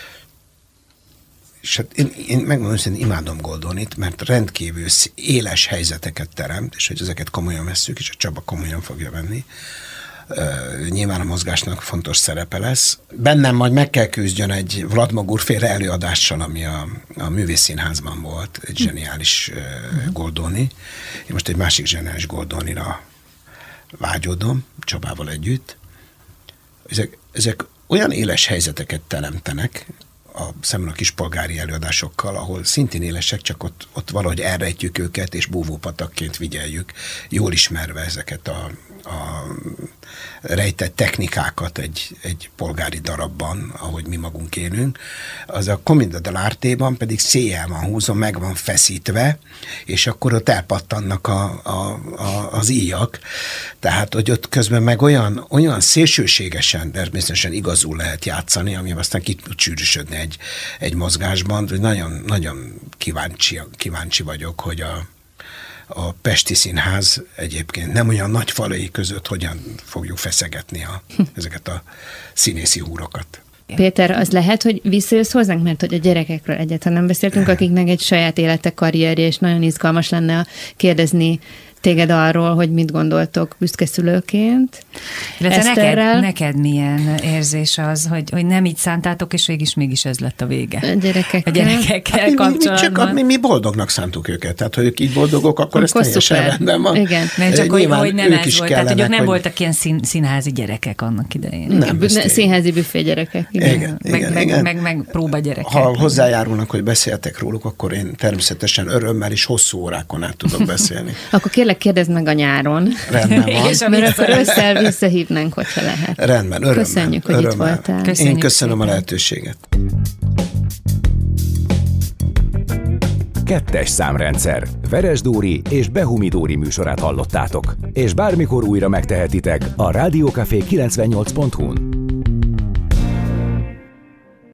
És hát én, én megmondom, hogy imádom Goldonit, mert rendkívül éles helyzeteket teremt, és hogy ezeket komolyan vesszük, és a Csaba komolyan fogja venni, Nyilván a mozgásnak fontos szerepe lesz. Bennem majd meg kell küzdjön egy Vladimir féle előadással, ami a, a Művészszínházban volt, egy zseniális Goldoni. Én most egy másik zseniális Goldonira vágyodom, Csabával együtt. Ezek, ezek olyan éles helyzeteket teremtenek, a szemben a kispolgári előadásokkal, ahol szintén élesek, csak ott, ott valahogy elrejtjük őket, és búvópatakként vigyeljük, jól ismerve ezeket a, a rejtett technikákat egy, egy polgári darabban, ahogy mi magunk élünk. Az a Commedia dell'arte-ban pedig széjjel van húzva, meg van feszítve, és akkor ott elpattannak a, a, a, az íjak. Tehát, hogy ott közben meg olyan, olyan szélsőségesen, természetesen igazul lehet játszani, ami aztán ki tud csűrűsödni egy, egy mozgásban, hogy nagyon, nagyon kíváncsi, kíváncsi vagyok, hogy a a Pesti Színház egyébként nem olyan nagy falai között hogyan fogjuk feszegetni a, ezeket a színészi húrokat. Péter, az lehet, hogy visszajössz hozzánk, mert hogy a gyerekekről egyáltalán nem beszéltünk, akiknek egy saját élete, karrierje, és nagyon izgalmas lenne kérdezni téged arról, hogy mit gondoltok büszkeszülőként. Illetve neked, neked milyen érzés az, hogy, hogy nem így szántátok, és végig is mégis ez lett a vége. A gyerekekkel. A gyerekekkel hát mi, kapcsolatban. Mi, mi, mi boldognak szántuk őket, tehát ha ők így boldogok, akkor, akkor ez teljesen szuper. Rendben van. Igen. Mert csak hogy, hogy nem ez volt, tehát hogy ők nem hogy... voltak ilyen szín, színházi gyerekek annak idején. Nem, ne, színházi büfé gyerekek. Igen. Igen, meg, igen, meg, igen. Meg, meg, meg próba gyerekek. Ha hozzájárulnak, hogy beszéltek róluk, akkor én természetesen örömmel és hosszú órákon át tudok beszélni. Akkor kérlek, kérdezd meg a nyáron. Rendben van. És mert akkor össze visszahívnánk, hogyha lehet. Rendben, örömmel. Köszönjük, hogy örömmel. itt voltál. Köszönjük Én köszönöm szépen a lehetőséget. Kettes számrendszer. Veres Dóri és Behumi Dóri műsorát hallottátok. És bármikor újra megtehetitek a rádiókafé kilencvennyolc pont hu-n.